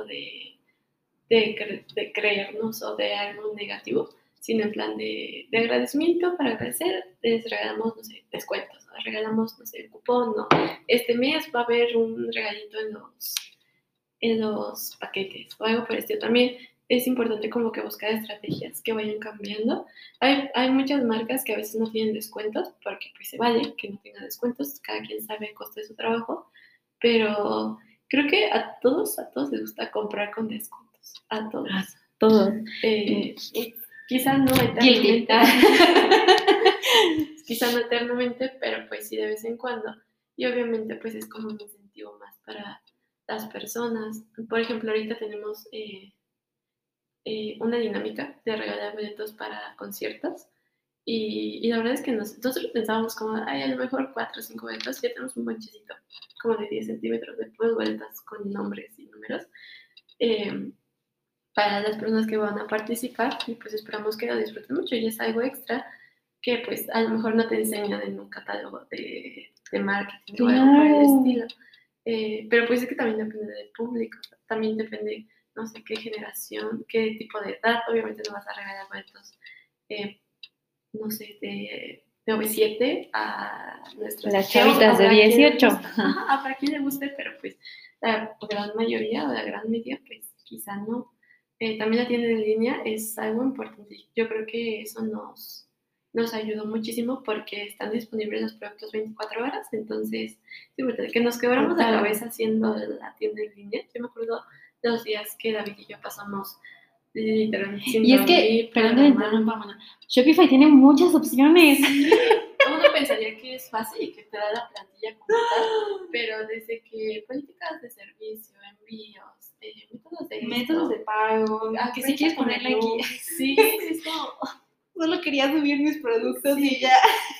de creernos o de algo negativo, sino en plan de agradecimiento. Para agradecer, les regalamos, no sé, descuentos, les regalamos, no sé, el cupón, no. Este mes va a haber un regalito en los paquetes o algo por esto. También es importante como que buscar estrategias que vayan cambiando. Hay muchas marcas que a veces no tienen descuentos, porque pues se vale que no tengan descuentos, cada quien sabe el costo de su trabajo, pero creo que a todos les gusta comprar con descuentos, a todos. Todos. Quizás no eternamente, quizás no eternamente, pero pues sí de vez en cuando. Y obviamente pues es como un incentivo más para las personas. Por ejemplo, ahorita tenemos una dinámica de regalar boletos para conciertos. Y la verdad es que nosotros pensábamos como, ay, a lo mejor 4 o 5 boletos, ya tenemos un bonchecito como de 10 centímetros de puras boletas con nombres y números para las personas que van a participar, y pues esperamos que lo disfruten mucho. Y es algo extra que pues a lo mejor no te enseñan en un catálogo de marketing o algo por el estilo. Pero pues es que también depende del público, también depende, no sé, qué generación, qué tipo de edad. Obviamente no vas a regalar boletos, no sé, de OV7 a nuestras las chavitas de 18. Para quien le guste, pero pues la gran mayoría o la gran media, pues quizá no. También la tienda en línea es algo importante. Yo creo que eso nos ayudó muchísimo porque están disponibles los productos 24 horas. Entonces, sí, que nos quebramos la cabeza haciendo la tienda en línea. Yo me acuerdo de los días que David y yo pasamos literalmente sin y es que, perdón, Shopify tiene muchas opciones. Sí, uno pensaría que es fácil y que te da la plantilla completa, pero desde que políticas de servicio, envíos, métodos de pago, que si quieres ponerle aquí. Sí, es como... Solo quería subir mis productos y ya.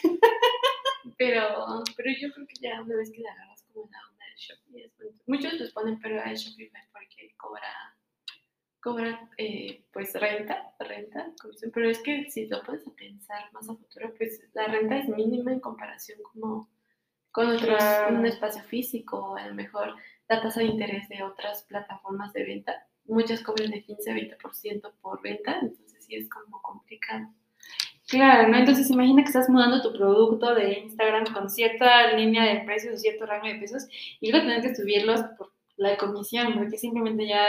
Pero yo creo que ya una vez que le agarras como la onda del Shopify, muchos les ponen pero a Shopify porque cobra pues renta, comisión, pero es que si lo pones a pensar más a futuro, pues la renta es mínima en comparación como con otros, un espacio físico, a lo mejor la tasa de interés de otras plataformas de venta, muchas cobran de 15-20% por venta, entonces sí es como complicado. Claro, ¿no? Entonces imagina que estás mudando tu producto de Instagram con cierta línea de precios o cierto rango de pesos y luego tener que subirlos por la comisión, porque simplemente ya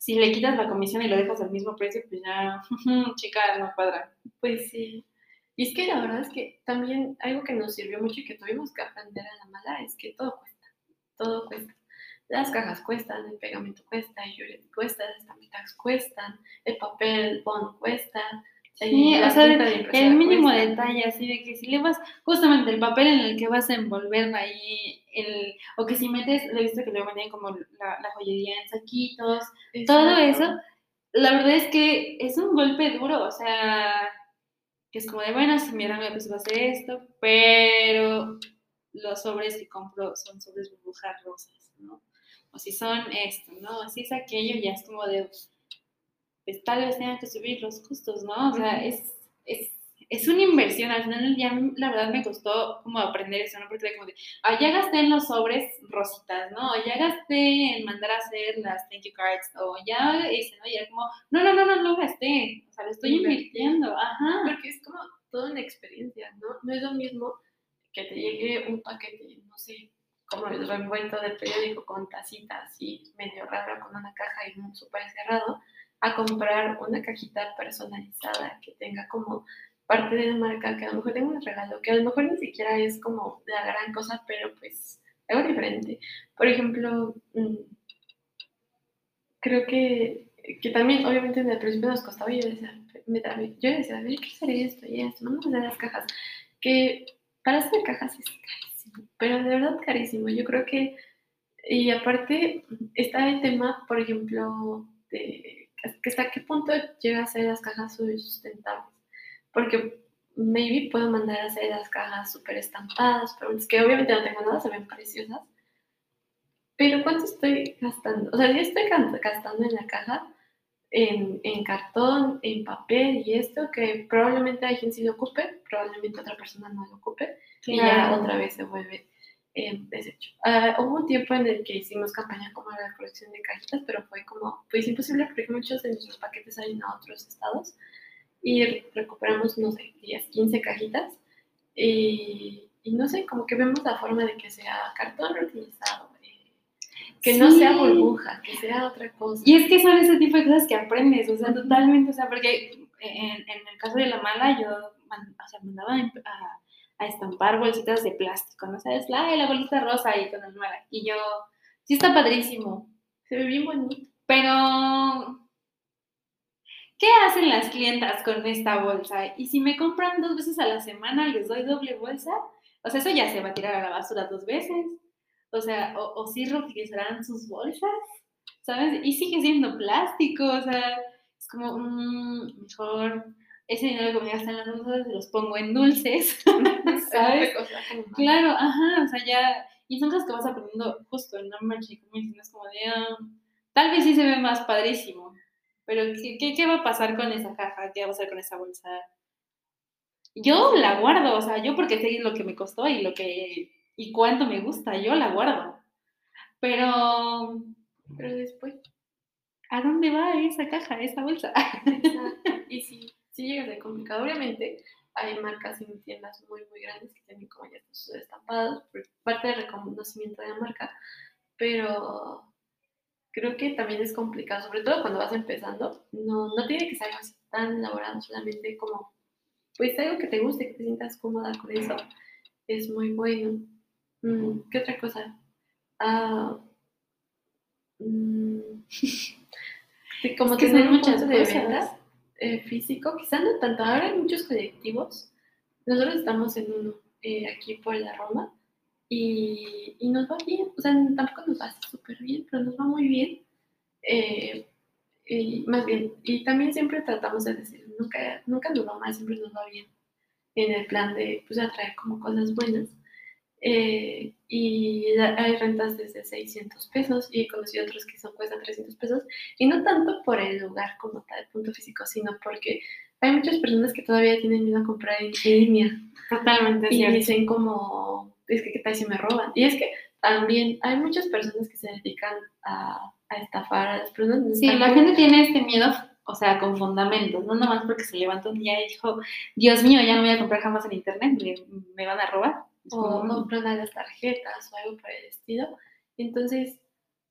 si le quitas la comisión y lo dejas al mismo precio, pues ya, chica, no cuadra. Pues sí. Y es que la verdad es que también algo que nos sirvió mucho y que tuvimos que aprender a la mala es que todo cuesta. Todo cuesta. Las cajas cuestan, el pegamento cuesta, el Yuret cuesta, las estampitas cuestan, el papel, el bond cuesta. Sí, la o sea, tinta de impresora el mínimo cuesta. detalle, así de que si le vas justamente el papel en el que vas a envolver ahí, o que si metes, lo he visto que luego venden como la joyería en saquitos, todo eso, la verdad es que es un golpe duro, o sea, que es como de, bueno, si mi rango de peso va a ser esto, pero los sobres que compro son sobres burbujas rosas, ¿no? O si son esto, ¿no? O si es aquello, ya es como de, pues tal vez tengan que subir los costos, ¿no? O sea, es una inversión. Al final ya la verdad me costó como aprender eso, ¿no? Porque era como de, ya gasté en los sobres rositas, ¿no? O ya gasté en mandar a hacer las thank you cards, o ya ese, ¿no? Y era como, no lo gasté, o sea, lo estoy invirtiendo, ajá. Porque es como toda una experiencia, ¿no? No es lo mismo que te llegue un paquete, no sé, como el revuelto de periódico con tacitas así medio raro con una caja y un súper cerrado, a comprar una cajita personalizada que tenga como parte de la marca, que a lo mejor tenga un regalo, que a lo mejor ni siquiera es como la gran cosa, pero pues algo diferente. Por ejemplo, creo que también, obviamente, en el principio nos costaba y yo decía, a ver, ¿qué sería esto? Y esto, vamos a hacer las cajas. Que para hacer cajas es carísimo, pero de verdad carísimo. Yo creo que, y aparte, está el tema, por ejemplo, de que hasta qué punto llega a ser las cajas sustentables. Porque maybe puedo mandar a hacer las cajas súper estampadas, pero es que obviamente no tengo nada, se ven preciosas. Pero ¿cuánto estoy gastando? O sea, yo estoy gastando en la caja, en cartón, en papel y esto, que probablemente alguien sí lo ocupe, probablemente otra persona no lo ocupe, y ya otra vez se vuelve desecho. Hubo un tiempo en el que hicimos campaña como la colección de cajitas, pero fue como, pues imposible porque muchos de nuestros paquetes salen a otros estados y recuperamos, no sé, 10, 15 cajitas y no sé, como que vemos la forma de que sea cartón reutilizado, que no sea burbuja, que sea otra cosa. Y es que son ese tipo de cosas que aprendes, o sea, totalmente, o sea, porque en el caso de la mala yo mandaba a estampar bolsitas de plástico, ¿no sabes? La bolita rosa ahí con el mala. Y yo, sí está padrísimo, se ve bien bonito, pero ¿qué hacen las clientas con esta bolsa? Y si me compran 2 veces a la semana, les doy doble bolsa, o sea, eso ya se va a tirar a la basura 2 veces. O sea, o sí reutilizarán sus bolsas, ¿sabes? Y sigue siendo plástico, o sea, es como, mejor ese dinero que me gastan en las bolsas los pongo en dulces, ¿sabes? Claro, ajá, o sea, ya, y son cosas que vas aprendiendo justo en un merchandising, es como de, tal vez sí se ve más padrísimo, pero ¿qué va a pasar con esa caja? ¿Qué va a pasar con esa bolsa? Yo la guardo, o sea, yo porque sé lo que me costó y cuánto me gusta, yo la guardo. Pero después, ¿a dónde va esa caja, esa bolsa? Exacto. Y sí llega a ser complicado. Obviamente hay marcas en tiendas muy, muy grandes que tienen como ya sus estampados, por parte del reconocimiento de la marca, pero creo que también es complicado, sobre todo cuando vas empezando. No tiene que ser algo así tan elaborado, solamente como, pues algo que te guste, que te sientas cómoda con eso, es muy bueno. ¿Qué otra cosa? Como tener un punto de venta físico, quizá no tanto. Ahora hay muchos colectivos. Nosotros estamos en uno aquí por la Roma y nos va bien. O sea, tampoco nos va súper bien, pero nos va muy bien. Y más bien, y también siempre tratamos de decir, nunca nos va mal, siempre nos va bien. En el plan de pues, atraer como cosas buenas. Y hay rentas desde 600 pesos y he conocido otros que cuestan 300 pesos y no tanto por el lugar como tal, punto físico, sino porque hay muchas personas que todavía tienen miedo a comprar en línea. Totalmente y cierto. Dicen como, es que qué tal si me roban. Y es que también hay muchas personas que se dedican a estafar a las personas. Sí, la gente tiene este miedo, o sea, con fundamentos, no nomás porque se levantó un día y dijo, Dios mío, ya no voy a comprar jamás en internet, me van a robar. O compran las tarjetas o algo por el estilo. Entonces,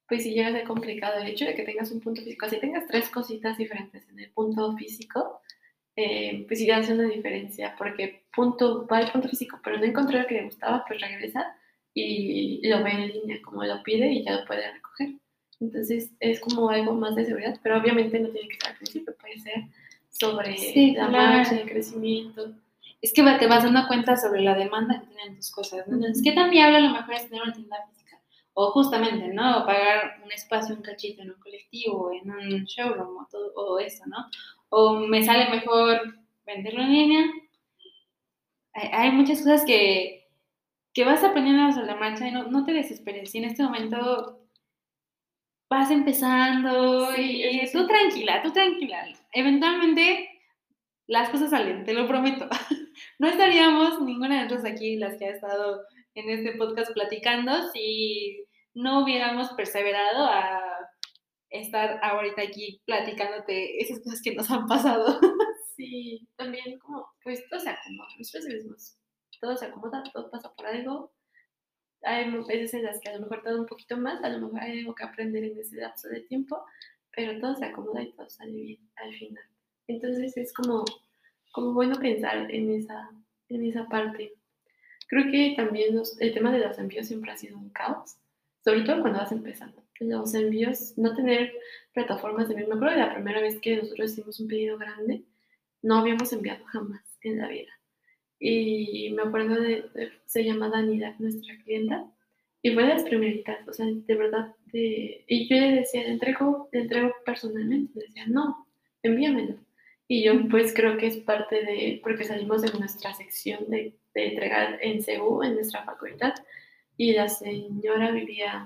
pues sí llega a ser complicado el hecho de que tengas un punto físico. Así tengas 3 cositas diferentes en el punto físico, pues sí hace una diferencia, porque va al punto físico, pero no encontró lo que le gustaba, pues regresa y lo ve en línea, como lo pide y ya lo puede recoger. Entonces es como algo más de seguridad, pero obviamente no tiene que ser al principio, puede ser sobre la marcha, el crecimiento. Es que te vas dando cuenta sobre la demanda que tienen tus cosas, ¿no? Entonces, ¿qué tan viable a lo mejor es tener una tienda física? O justamente, ¿no? O pagar un espacio, un cachito en un colectivo, en un showroom, o eso, ¿no? O me sale mejor venderlo en línea. Hay muchas cosas que vas aprendiendo sobre la marcha y no te desesperes. Si en este momento vas empezando y tú tranquila. Eventualmente las cosas salen, te lo prometo. No estaríamos ninguna de nosotros aquí, las que ha estado en este podcast platicando, si no hubiéramos perseverado a estar ahorita aquí platicándote esas cosas que nos han pasado. Sí, también como, pues todo se acomoda, nosotros mismos, todo se acomoda, todo pasa por algo. Hay veces en las que a lo mejor tarda un poquito más, a lo mejor hay algo que aprender en ese lapso de tiempo, pero todo se acomoda y todo sale bien al final. Entonces es como bueno pensar en esa parte. Creo que también el tema de los envíos siempre ha sido un caos, sobre todo cuando vas empezando. Los envíos, no tener plataformas de envío. Me acuerdo de la primera vez que nosotros hicimos un pedido grande, no habíamos enviado jamás en la vida. Y me acuerdo se llama Danida, nuestra clienta, y fue de las primeritas, o sea, de verdad, y yo le decía, le entrego personalmente, le decía, no, envíamelo. Y yo pues creo que es parte porque salimos de nuestra sección de entregar en CEU, en nuestra facultad, y la señora vivía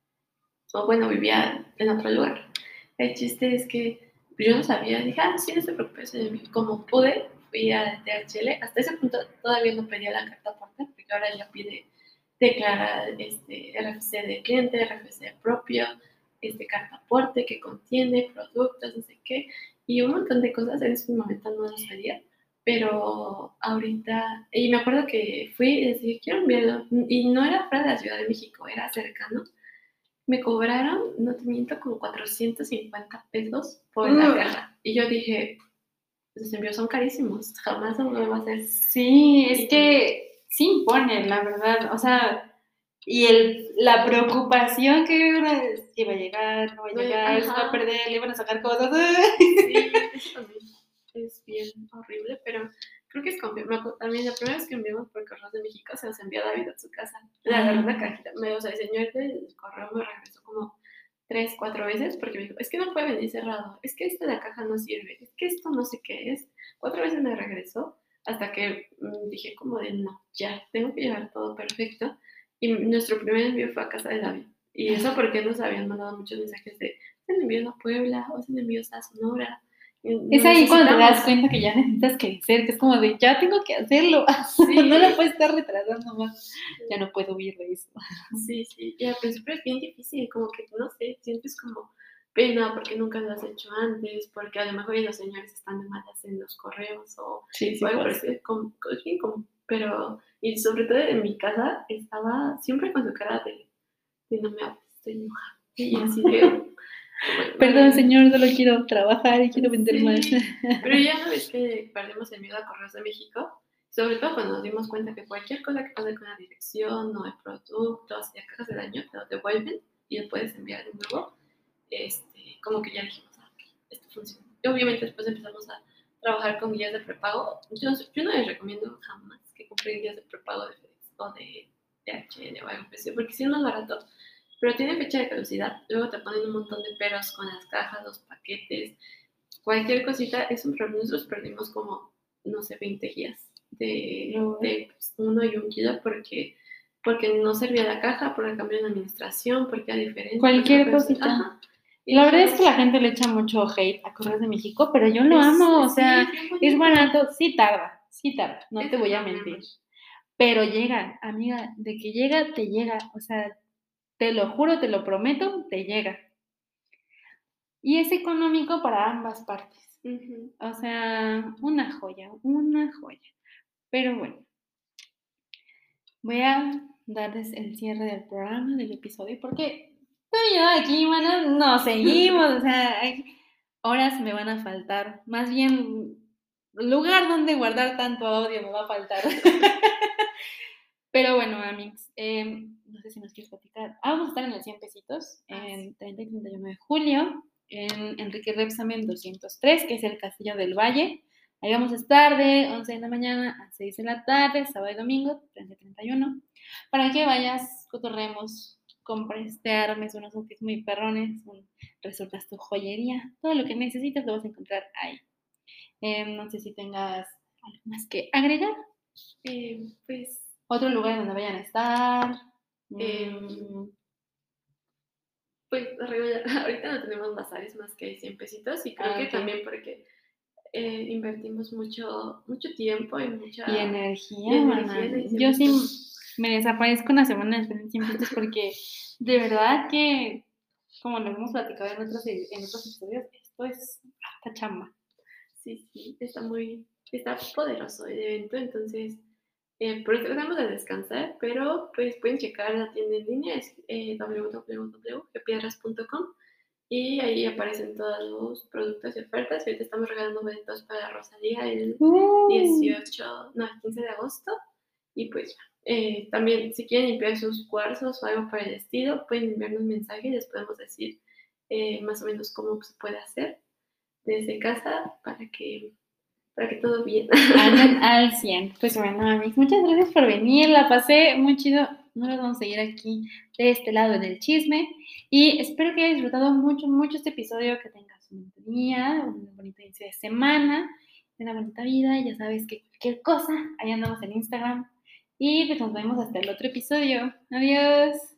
en otro lugar. El chiste es que yo no sabía, dije, sí, no se preocupe, como pude, fui a DHL, hasta ese punto todavía no pedía la carta aporte, porque ahora ya pide declarar RFC de cliente, RFC propio, carta aporte que contiene productos, no sé qué, y un montón de cosas. En ese momento no los pedía, pero ahorita, y me acuerdo que fui y decía, quiero enviarlo, y no era fuera de la Ciudad de México, era cercano. Me cobraron, no te miento, como 450 pesos por la caja. Y yo dije, los envíos son carísimos, jamás lo va a hacer. Sí, es que sí imponen, la verdad. O sea, y la preocupación que iba a llegar, no va a llegar, se va a perder, le iban a sacar cosas. Sí, eso también es bien horrible, pero creo que es complicado. También la primera vez que enviamos por Correos de México se los envió David a su casa. Le agarró una cajita. O sea, el señor del correo me regresó como 3, 4 veces porque me dijo, es que no puede venir cerrado, es que la caja no sirve, es que esto no sé qué es. 4 veces me regresó hasta que dije como de no, ya, tengo que llevar todo perfecto. Y nuestro primer envío fue a casa de David. Y eso porque nos habían mandado muchos mensajes de hacen envíos a Puebla, o hacen envíos a Sonora. Es ahí cuando te das cuenta que ya necesitas crecer, que es como de, ya tengo que hacerlo, sí. No lo puedes estar retrasando más, ya no puedo huir de eso. Sí, y al principio es bien difícil, como que, no sé, sientes como pena porque nunca lo has hecho antes, porque a lo mejor los señores están de malas en los correos o algo parecido, es bien común, pero, y sobre todo en mi casa, estaba siempre con su cara de no me hables, estoy enojada, y así de... Perdón, señor, solo quiero trabajar y quiero vender más. Pero ya una vez que perdimos el miedo a Correos de México, sobre todo cuando nos dimos cuenta que cualquier cosa que pase con la dirección o el producto, si la cajas de daño, te lo devuelven y lo puedes enviar de nuevo, como que ya dijimos, esto funciona. Y obviamente después empezamos a trabajar con guías de prepago. Yo no les recomiendo jamás que compren guías de prepago de FedEx o de DHL o algo así, porque si es más barato, pero tiene fecha de caducidad. Luego te ponen un montón de peros con las cajas, los paquetes, cualquier cosita. Es un problema. Nosotros perdimos como, no sé, 20 guías de 1 y 1 kilo porque no servía la caja, por el cambio de administración, porque era diferente. Cualquier cosita. Y la verdad es que la gente le echa mucho hate a Correos de México, pero yo lo amo, o sea, es barato, sí tarda, no te voy a mentir. Pero llega, amiga, de que llega, te llega, o sea, te lo juro, te lo prometo, te llega. Y es económico para ambas partes. O sea, una joya. Pero bueno, voy a darles el cierre del programa, del episodio, porque Tú y yo aquí, mano, no seguimos, o sea, horas me van a faltar. Más bien, lugar donde guardar tanto audio me va a faltar. Pero bueno, amigos, no sé si nos quieres platicar. Vamos a estar en el 100 pesitos, en 30 y 31 de julio, en Enrique Repsamen 203, que es el Castillo del Valle. Ahí vamos a estar de 11 de la mañana a 6 de la tarde, sábado y domingo, 30 y 31, para que vayas, cotorremos, compres, te armes unos outfits muy perrones, resueltas tu joyería, todo lo que necesitas lo vas a encontrar ahí. No sé si tengas algo más que agregar. Pues Otro lugar donde vayan a estar. Pues ahorita no tenemos bazares más que 100 pesitos y creo que ok. también porque invertimos mucho tiempo y mucha Y energía, y mana. energía en el 100 Yo sí pesos. me desaparezco una semana después de 100 pesos porque de verdad que, como lo hemos platicado en otros episodios, esto es harta chamba. Sí, está poderoso el evento, entonces por eso tratamos de descansar, pero pues pueden checar la tienda en línea, es www.gepiedras.com y ahí aparecen todos los productos y ofertas. Ahorita estamos regalando boletos para Rosalía el 15 de agosto. Y pues también si quieren limpiar sus cuarzos o algo por el estilo, pueden enviarnos un mensaje y les podemos decir más o menos cómo se puede hacer desde casa para que todo bien. Anden al 100. Pues bueno, amigos, muchas gracias por venir. La pasé muy chido. No nos vamos a seguir aquí de este lado del chisme. Y espero que hayas disfrutado mucho, mucho este episodio. Que tengas un bonito día, un bonito inicio de semana, una bonita vida. Ya sabes que cualquier cosa, ahí andamos en Instagram. Y pues nos vemos hasta el otro episodio. Adiós.